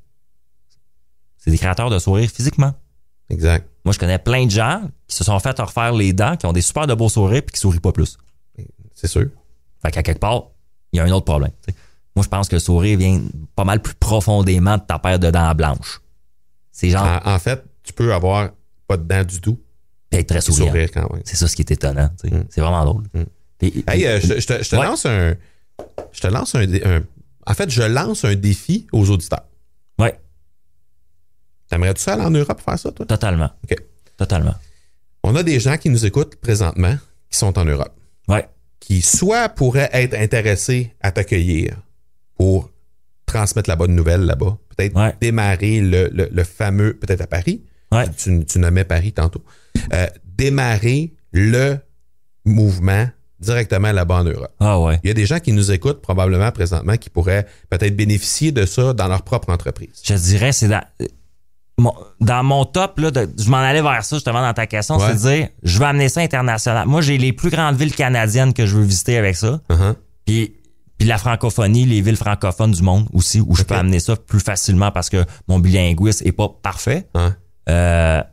C'est des créateurs de sourires physiquement. Exact. Moi, je connais plein de gens qui se sont fait refaire les dents, qui ont des super de beaux sourires puis qui sourient pas plus. C'est sûr. Fait qu'à quelque part, il y a un autre problème. T'sais. Moi, je pense que le sourire vient pas mal plus profondément de ta paire de dents blanches. C'est genre... En, en fait, tu peux avoir pas de dents du tout. Puis être très souriant. Sourire quand même. C'est ça ce qui est étonnant. Mm. C'est vraiment drôle. Mm. Puis, hey, euh, je, je te, je te ouais. lance un... Je te lance un, un... En fait, je lance un défi aux auditeurs. Oui. T'aimerais-tu ça aller en Europe faire ça, toi? Totalement. OK. Totalement. On a des gens qui nous écoutent présentement qui sont en Europe. Oui. Qui soit pourraient être intéressés à t'accueillir pour transmettre la bonne nouvelle là-bas. Peut-être ouais. démarrer le, le, le fameux, peut-être à Paris. Ouais. Tu, tu nommais Paris tantôt. Euh, démarrer le mouvement directement là-bas en Europe. Ah ouais. Il y a des gens qui nous écoutent probablement présentement qui pourraient peut-être bénéficier de ça dans leur propre entreprise. Je dirais, c'est dans, mon, dans mon top, là, de, je m'en allais vers ça justement dans ta question, ouais. c'est de dire, je veux amener ça international. Moi, j'ai les plus grandes villes canadiennes que je veux visiter avec ça. Uh-huh. Puis, puis la francophonie, les villes francophones du monde aussi, où okay. je peux amener ça plus facilement parce que mon bilinguisme est pas parfait. Uh-huh. Euh,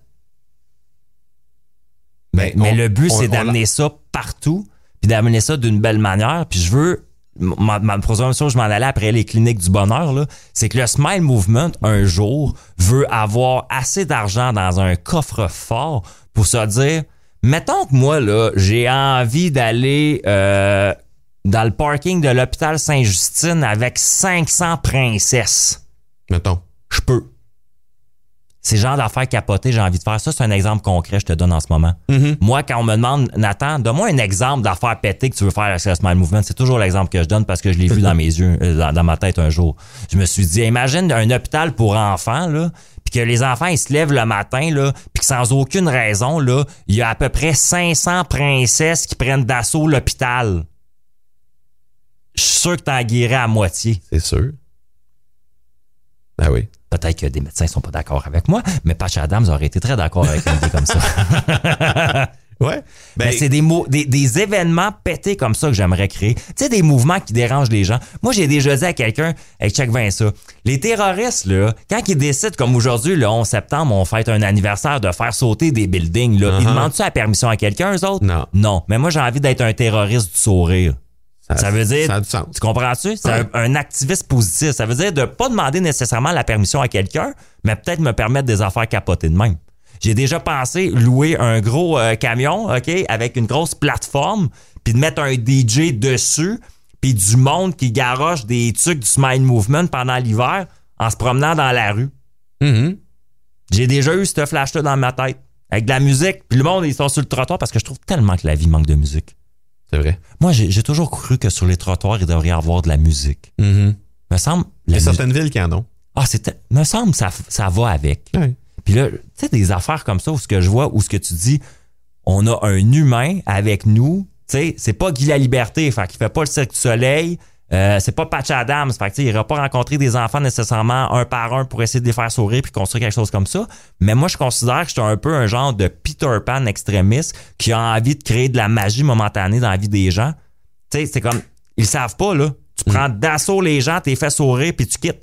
mais, on, mais le but, on, c'est on, d'amener on ça partout, puis d'amener ça d'une belle manière. Puis je veux, ma, ma programmation, je m'en allais après les cliniques du bonheur, là, c'est que le Smile Movement, un jour, veut avoir assez d'argent dans un coffre-fort pour se dire, mettons que moi, là, j'ai envie d'aller euh, dans le parking de l'hôpital Sainte-Justine avec cinq cents princesses. Mettons. Je peux. C'est le genre d'affaires capotées, j'ai envie de faire ça. C'est un exemple concret, je te donne en ce moment. Mm-hmm. Moi, quand on me demande, Nathan, donne-moi un exemple d'affaires pétées que tu veux faire avec le Smile Movement, c'est toujours l'exemple que je donne parce que je l'ai vu dans mes yeux, dans, dans ma tête un jour. Je me suis dit, imagine un hôpital pour enfants, là, puis que les enfants, ils se lèvent le matin, là, puis que sans aucune raison, là, il y a à peu près cinq cents princesses qui prennent d'assaut l'hôpital. Je suis sûr que t'en guérirais à moitié. C'est sûr. Ben oui. Peut-être que des médecins sont pas d'accord avec moi, mais Patch Adams aurait été très d'accord avec une idée comme ça. Ouais. Ben, mais c'est des, mots, des, des événements pétés comme ça que j'aimerais créer. Tu sais, des mouvements qui dérangent les gens. Moi, j'ai déjà dit à quelqu'un, hey, check bien ça. Les terroristes, là, quand ils décident, comme aujourd'hui, le onze septembre, on fête un anniversaire de faire sauter des buildings, là, uh-huh. ils demandent-tu la permission à quelqu'un, eux autres? Non. Non. Mais moi, j'ai envie d'être un terroriste du sourire. Ça, ça veut dire, ça a du sens. Tu comprends-tu? C'est ouais. un, un activiste positif. Ça veut dire de pas demander nécessairement la permission à quelqu'un, mais peut-être me permettre des affaires capotées de même. J'ai déjà pensé louer un gros euh, camion, OK, avec une grosse plateforme, puis de mettre un D J dessus, puis du monde qui garoche des trucs du Smile Movement pendant l'hiver en se promenant dans la rue. Mm-hmm. J'ai déjà eu ce flash-là dans ma tête, avec de la musique, puis le monde, ils sont sur le trottoir parce que je trouve tellement que la vie manque de musique. C'est vrai. Moi, j'ai, j'ai toujours cru que sur les trottoirs, il devrait y avoir de la musique. Mm-hmm. Me semble... Il y a mu- certaines villes qui en ont. Ah, c'est... Me semble que ça, ça va avec. Ouais. Puis là, tu sais, des affaires comme ça où ce que je vois, où ce que tu dis, on a un humain avec nous, tu sais, c'est pas Guy Laliberté, fait qu'il fait pas le Cirque du Soleil, euh, c'est pas Patch Adams, fait que tu sais, il ira pas rencontrer des enfants nécessairement un par un pour essayer de les faire sourire puis construire quelque chose comme ça. Mais moi, je considère que je suis un peu un genre de Peter Pan extrémiste qui a envie de créer de la magie momentanée dans la vie des gens. Tu sais, c'est comme, ils savent pas, là. Tu prends d'assaut les gens, t'es fait sourire puis tu quittes.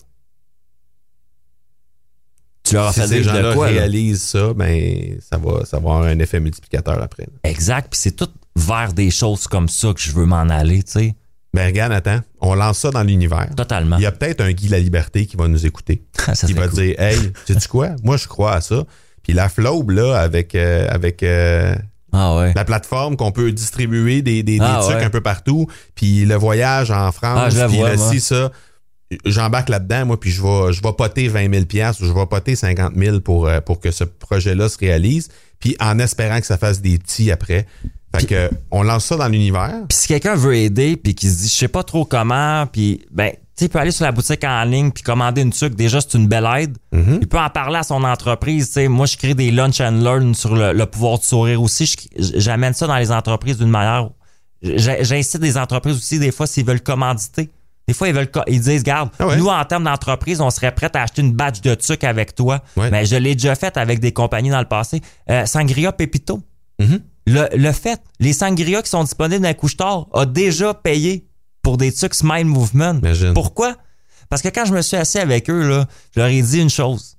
Tu leur as Si fait ces dire de gens-là quoi, là? réalisent ça, ben ça va, ça va avoir un effet multiplicateur après. Là. Exact, puis c'est tout vers des choses comme ça que je veux m'en aller, tu sais. Ben regarde, attends, on lance ça dans l'univers. Totalement. Il y a peut-être un Guy Laliberté qui va nous écouter. Ça qui serait va cool. dire, hey, sais-tu quoi? Moi, je crois à ça. Puis la Flobe, là, avec, euh, avec euh, Ah ouais. la plateforme qu'on peut distribuer des, des, des Ah trucs ouais. un peu partout, puis le voyage en France, Ah, je la puis vois, le moi. ci, ça. J'embarque là-dedans, moi, puis je vais, je vais poter vingt mille piastres ou je vais poter cinquante mille pour, euh, pour que ce projet-là se réalise, puis en espérant que ça fasse des petits après. Fait Puis- que on lance ça dans l'univers. Puis si quelqu'un veut aider puis qui se dit je sais pas trop comment puis ben tu sais il peut aller sur la boutique en ligne puis commander une truc, déjà c'est une belle aide. Mm-hmm. Il peut en parler à son entreprise, tu sais moi je crée des lunch and learn sur le, le pouvoir de sourire aussi, Je- j'amène ça dans les entreprises d'une manière j'ai- j'incite des entreprises aussi des fois s'ils veulent commanditer. Des fois, ils veulent co- ils disent, regarde, Ah ouais? nous, en termes d'entreprise, on serait prêt à acheter une batch de trucs avec toi. Ouais. Mais je l'ai déjà fait avec des compagnies dans le passé. Euh, Sangria Pepito. Mm-hmm. Le, le fait, les sangria qui sont disponibles dans les couche-tard a déjà payé pour des trucs Smile Movement. Imagine. Pourquoi? Parce que quand je me suis assis avec eux, là, je leur ai dit une chose.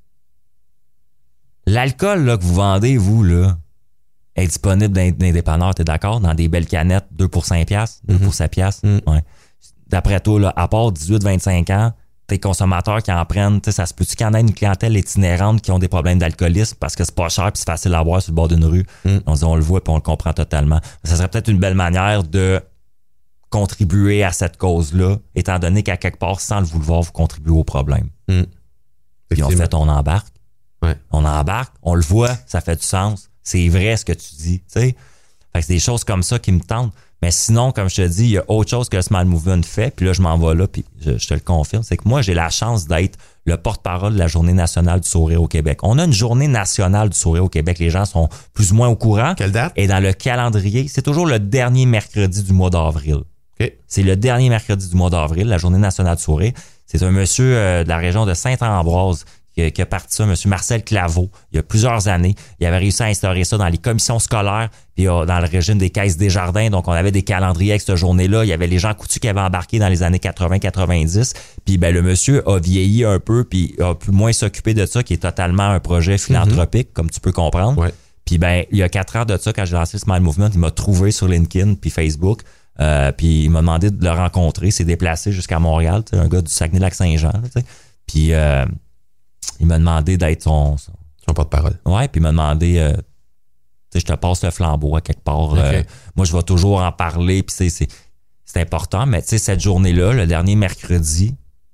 L'alcool là, que vous vendez, vous, là, est disponible dans, dans les dépanneurs, t'es d'accord? Dans des belles canettes, deux pour cinq piastres, deux pour sept piastres. Mm. Ouais. D'après toi, là, à part dix-huit vingt-cinq ans, tes consommateurs qui en prennent, ça se peut-tu qu'il y en ait une clientèle itinérante qui ont des problèmes d'alcoolisme parce que c'est pas cher puis c'est facile à voir sur le bord d'une rue. Mm. On se dit, on le voit puis on le comprend totalement. Ça serait peut-être une belle manière de contribuer à cette cause-là, étant donné qu'à quelque part, sans le vouloir, vous contribuez au problème. Mm. Puis en fait, on embarque. Ouais. On embarque, on le voit, ça fait du sens. C'est vrai ce que tu dis, tu sais. Fait que c'est des choses comme ça qui me tentent. Mais sinon, comme je te dis, il y a autre chose que le Smile Movement fait. Puis là, je m'en vais là, puis je, je te le confirme. C'est que moi, j'ai la chance d'être le porte-parole de la Journée nationale du sourire au Québec. On a une Journée nationale du sourire au Québec. Les gens sont plus ou moins au courant. Quelle date? Et dans le calendrier, c'est toujours le dernier mercredi du mois d'avril. OK. C'est le dernier mercredi du mois d'avril, la Journée nationale du sourire. C'est un monsieur euh, de la région de Saint-Ambroise qui a, qui a parti ça, monsieur Marcel Claveau, il y a plusieurs années. Il avait réussi à instaurer ça dans les commissions scolaires, puis euh, dans le régime des caisses des jardins. Donc, on avait des calendriers avec cette journée-là. Il y avait les gens coutus qui avaient embarqué dans les années quatre-vingts quatre-vingt-dix. Puis, ben, le monsieur a vieilli un peu, puis a pu moins s'occuper de ça, qui est totalement un projet philanthropique, mm-hmm. comme tu peux comprendre. Ouais. Puis, ben, il y a quatre ans de ça, quand j'ai lancé le Smile Movement, il m'a trouvé sur LinkedIn puis Facebook. Euh, puis il m'a demandé de le rencontrer. Il s'est déplacé jusqu'à Montréal, un gars du Saguenay-Lac-Saint-Jean. Là, puis euh, il m'a demandé d'être son... son... Son porte-parole. Ouais, puis il m'a demandé... Euh, je te passe le flambeau à quelque part. Okay. Euh, moi, je vais toujours en parler. Puis c'est, c'est, c'est important. Mais tu sais, cette journée-là, le dernier mercredi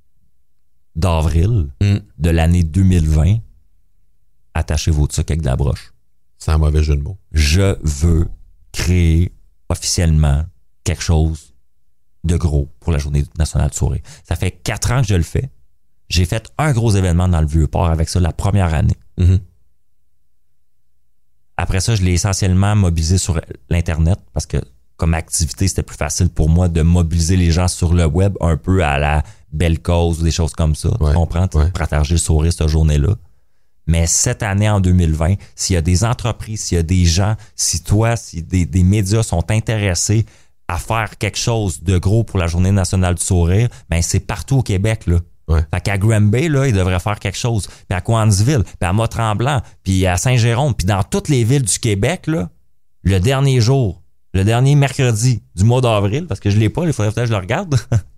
d'avril mm. de l'année deux mille vingt, attachez vos trucs avec de la broche. Sans mauvais jeu de mots. Je veux créer officiellement quelque chose de gros pour la Journée nationale du sourire. Ça fait quatre ans que je le fais. J'ai fait un gros événement dans le Vieux-Port avec ça la première année. Mm-hmm. Après ça, je l'ai essentiellement mobilisé sur l'Internet parce que comme activité, c'était plus facile pour moi de mobiliser les gens sur le web un peu à la belle cause ou des choses comme ça. Ouais, tu comprends? ouais. Partager le sourire cette journée-là. Mais cette année, en deux mille vingt, s'il y a des entreprises, s'il y a des gens, si toi, si des, des médias sont intéressés à faire quelque chose de gros pour la Journée nationale du sourire, ben c'est partout au Québec, là. Ouais. Fait qu'à Granby, là, ils devraient faire quelque chose. Puis à Coansville, puis à Mont-Tremblant, puis à Saint-Jérôme, puis dans toutes les villes du Québec, là, le dernier jour, le dernier mercredi du mois d'avril, parce que je l'ai pas, il faudrait peut-être que je le regarde.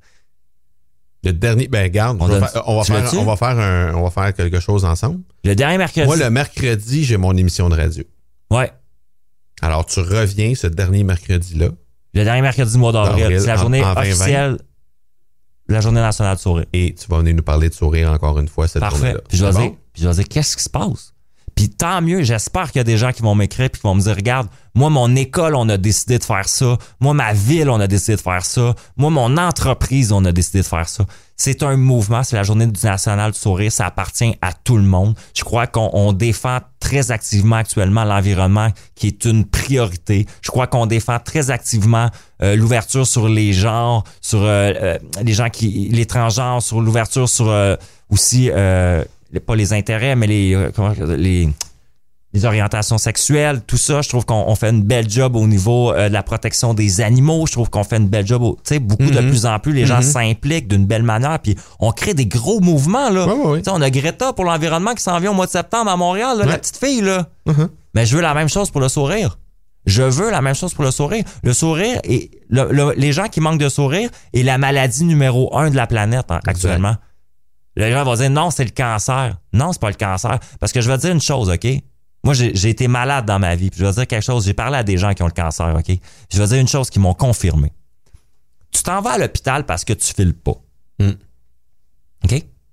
Le dernier, ben regarde, On on, donne- va, faire, on, va, faire, on, va faire un, on va faire quelque chose ensemble. Le dernier mercredi. Moi, le mercredi, j'ai mon émission de radio. Ouais. Alors, tu reviens ce dernier mercredi-là. Le dernier mercredi du mois d'avril. D'avril, C'est la en- journée en vingt vingt. officielle de la journée nationale de sourire. Et tu vas venir nous parler de sourire encore une fois cette Parfait. journée-là. Puis je vais C'est dire, bon? puis je vais dire, qu'est-ce qui se passe? Puis tant mieux, j'espère qu'il y a des gens qui vont m'écrire puis qui vont me dire, regarde, moi, mon école, on a décidé de faire ça. Moi, ma ville, on a décidé de faire ça. Moi, mon entreprise, on a décidé de faire ça. C'est un mouvement, c'est la journée du national du sourire, ça appartient à tout le monde. Je crois qu'on on défend très activement actuellement l'environnement qui est une priorité. Je crois qu'on défend très activement euh, l'ouverture sur les genres, sur euh, euh, les gens qui, les transgenres, sur l'ouverture sur euh, aussi euh, les- pas les intérêts, mais les euh, comment les les orientations sexuelles, tout ça. Je trouve qu'on on fait une belle job au niveau euh, de la protection des animaux. Je trouve qu'on fait une belle job. Tu sais, beaucoup Mm-hmm. de plus en plus, les gens Mm-hmm. s'impliquent d'une belle manière. Puis on crée des gros mouvements là. Oui, oui, oui. Tu sais, on a Greta pour l'environnement qui s'en vient au mois de septembre à Montréal, là, Ouais. la petite fille là. Uh-huh. Mais je veux la même chose pour le sourire. Je veux la même chose pour le sourire. Le sourire et le- le- les gens qui manquent de sourire est la maladie numéro un de la planète hein, actuellement. Les gens vont dire non, c'est le cancer. Non, c'est pas le cancer. Parce que je vais te dire une chose, OK? Moi, j'ai, j'ai été malade dans ma vie. Puis je vais te dire quelque chose. J'ai parlé à des gens qui ont le cancer, OK? Je vais te dire une chose qui m'ont confirmé. Tu t'en vas à l'hôpital parce que tu files pas. Mm. OK?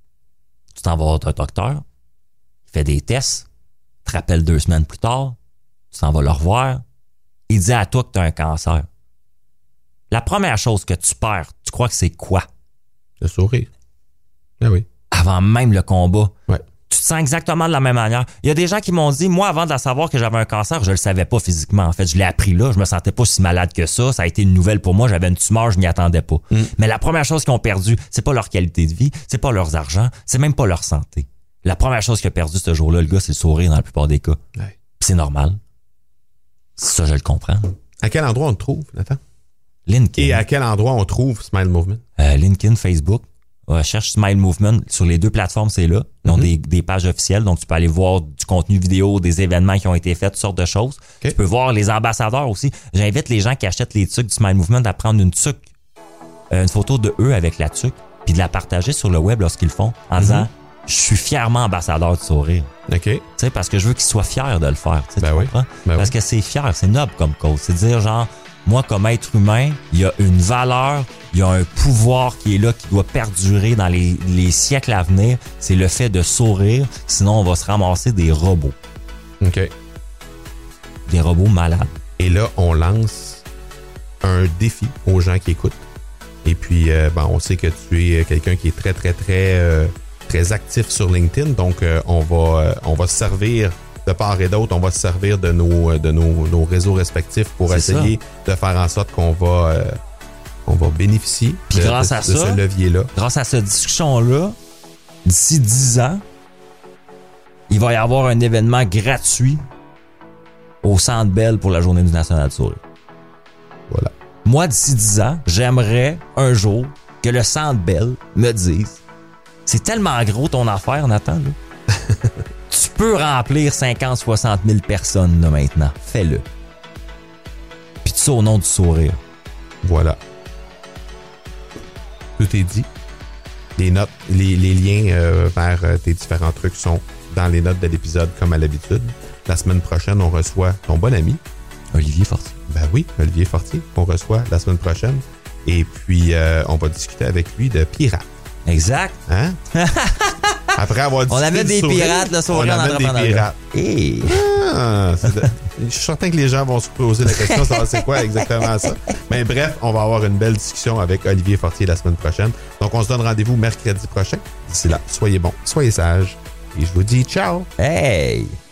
Tu t'en vas voir un docteur. Il fait des tests. Il te rappelle deux semaines plus tard. Tu t'en vas le revoir. Il dit à toi que tu as un cancer. La première chose que tu perds, tu crois que c'est quoi? Le sourire. Ah oui. Avant même le combat. Ouais. Tu te sens exactement de la même manière. Il y a des gens qui m'ont dit, moi, avant de savoir que j'avais un cancer, je le savais pas physiquement. En fait, je l'ai appris là. Je me sentais pas si malade que ça. Ça a été une nouvelle pour moi. J'avais une tumeur, je m'y attendais pas. Mm. Mais la première chose qu'ils ont perdu, c'est pas leur qualité de vie, c'est pas leurs argent, c'est même pas leur santé. La première chose qu'il a perdu ce jour-là, le gars, c'est le sourire dans la plupart des cas. Ouais. Puis c'est normal. Ça, je le comprends. À quel endroit on te trouve, Nathan? LinkedIn. Et à quel endroit on trouve Smile Movement? Euh, LinkedIn, Facebook. Ouais, cherche Smile Movement sur les deux plateformes, c'est là. Ils ont Mm-hmm. des, des pages officielles, donc tu peux aller voir du contenu vidéo, des événements qui ont été faits, toutes sortes de choses. Okay. Tu peux voir les ambassadeurs aussi. J'invite les gens qui achètent les tuques du Smile Movement à prendre une tuque, euh, une photo de eux avec la tuque, puis de la partager sur le web lorsqu'ils le font, en Mm-hmm. disant « Je suis fièrement ambassadeur du sourire ». OK. Tu sais, parce que je veux qu'ils soient fiers de le faire. Tu sais, Ben tu oui. comprends? Ben parce oui. que c'est fier, c'est noble comme cause. C'est de dire genre, moi, comme être humain, il y a une valeur, il y a un pouvoir qui est là, qui doit perdurer dans les, les siècles à venir. C'est le fait de sourire. Sinon, on va se ramasser des robots. OK. Des robots malades. Et là, on lance un défi aux gens qui écoutent. Et puis, euh, ben, on sait que tu es quelqu'un qui est très, très, très, euh, très actif sur LinkedIn. Donc, euh, on va, euh, on va se servir de part et d'autre, on va se servir de nos, de nos, nos réseaux respectifs pour C'est essayer de faire en sorte qu'on va, euh, on va bénéficier Puis de, grâce de- à de ça, ce levier-là. Grâce à cette discussion-là, d'ici dix ans, il va y avoir un événement gratuit au Centre Bell pour la Journée du National du sourire. Voilà. Moi, d'ici dix ans, j'aimerais un jour que le Centre Bell me dise « C'est tellement gros ton affaire, Nathan, là. Tu peux remplir cinquante à soixante mille personnes là, maintenant. Fais-le. » Puis tout ça au nom du sourire. Voilà. Tout est dit. Les notes, les, les liens euh, vers euh, tes différents trucs sont dans les notes de l'épisode comme à l'habitude. La semaine prochaine, on reçoit ton bon ami. Olivier Fortier. Ben oui, Olivier Fortier, qu'on reçoit la semaine prochaine. Et puis, euh, on va discuter avec lui de pirates. Exact. Hein? Après avoir discuté On avait du des sourire, pirates, le sourire on en amène des entrepreneuriat. pirates. Hey. Ah, c'est de- je suis certain que les gens vont se poser la question, savoir c'est quoi exactement ça. Mais bref, on va avoir une belle discussion avec Olivier Fortier la semaine prochaine. Donc, on se donne rendez-vous mercredi prochain. D'ici là, soyez bons, soyez sages. Et je vous dis ciao! Hey.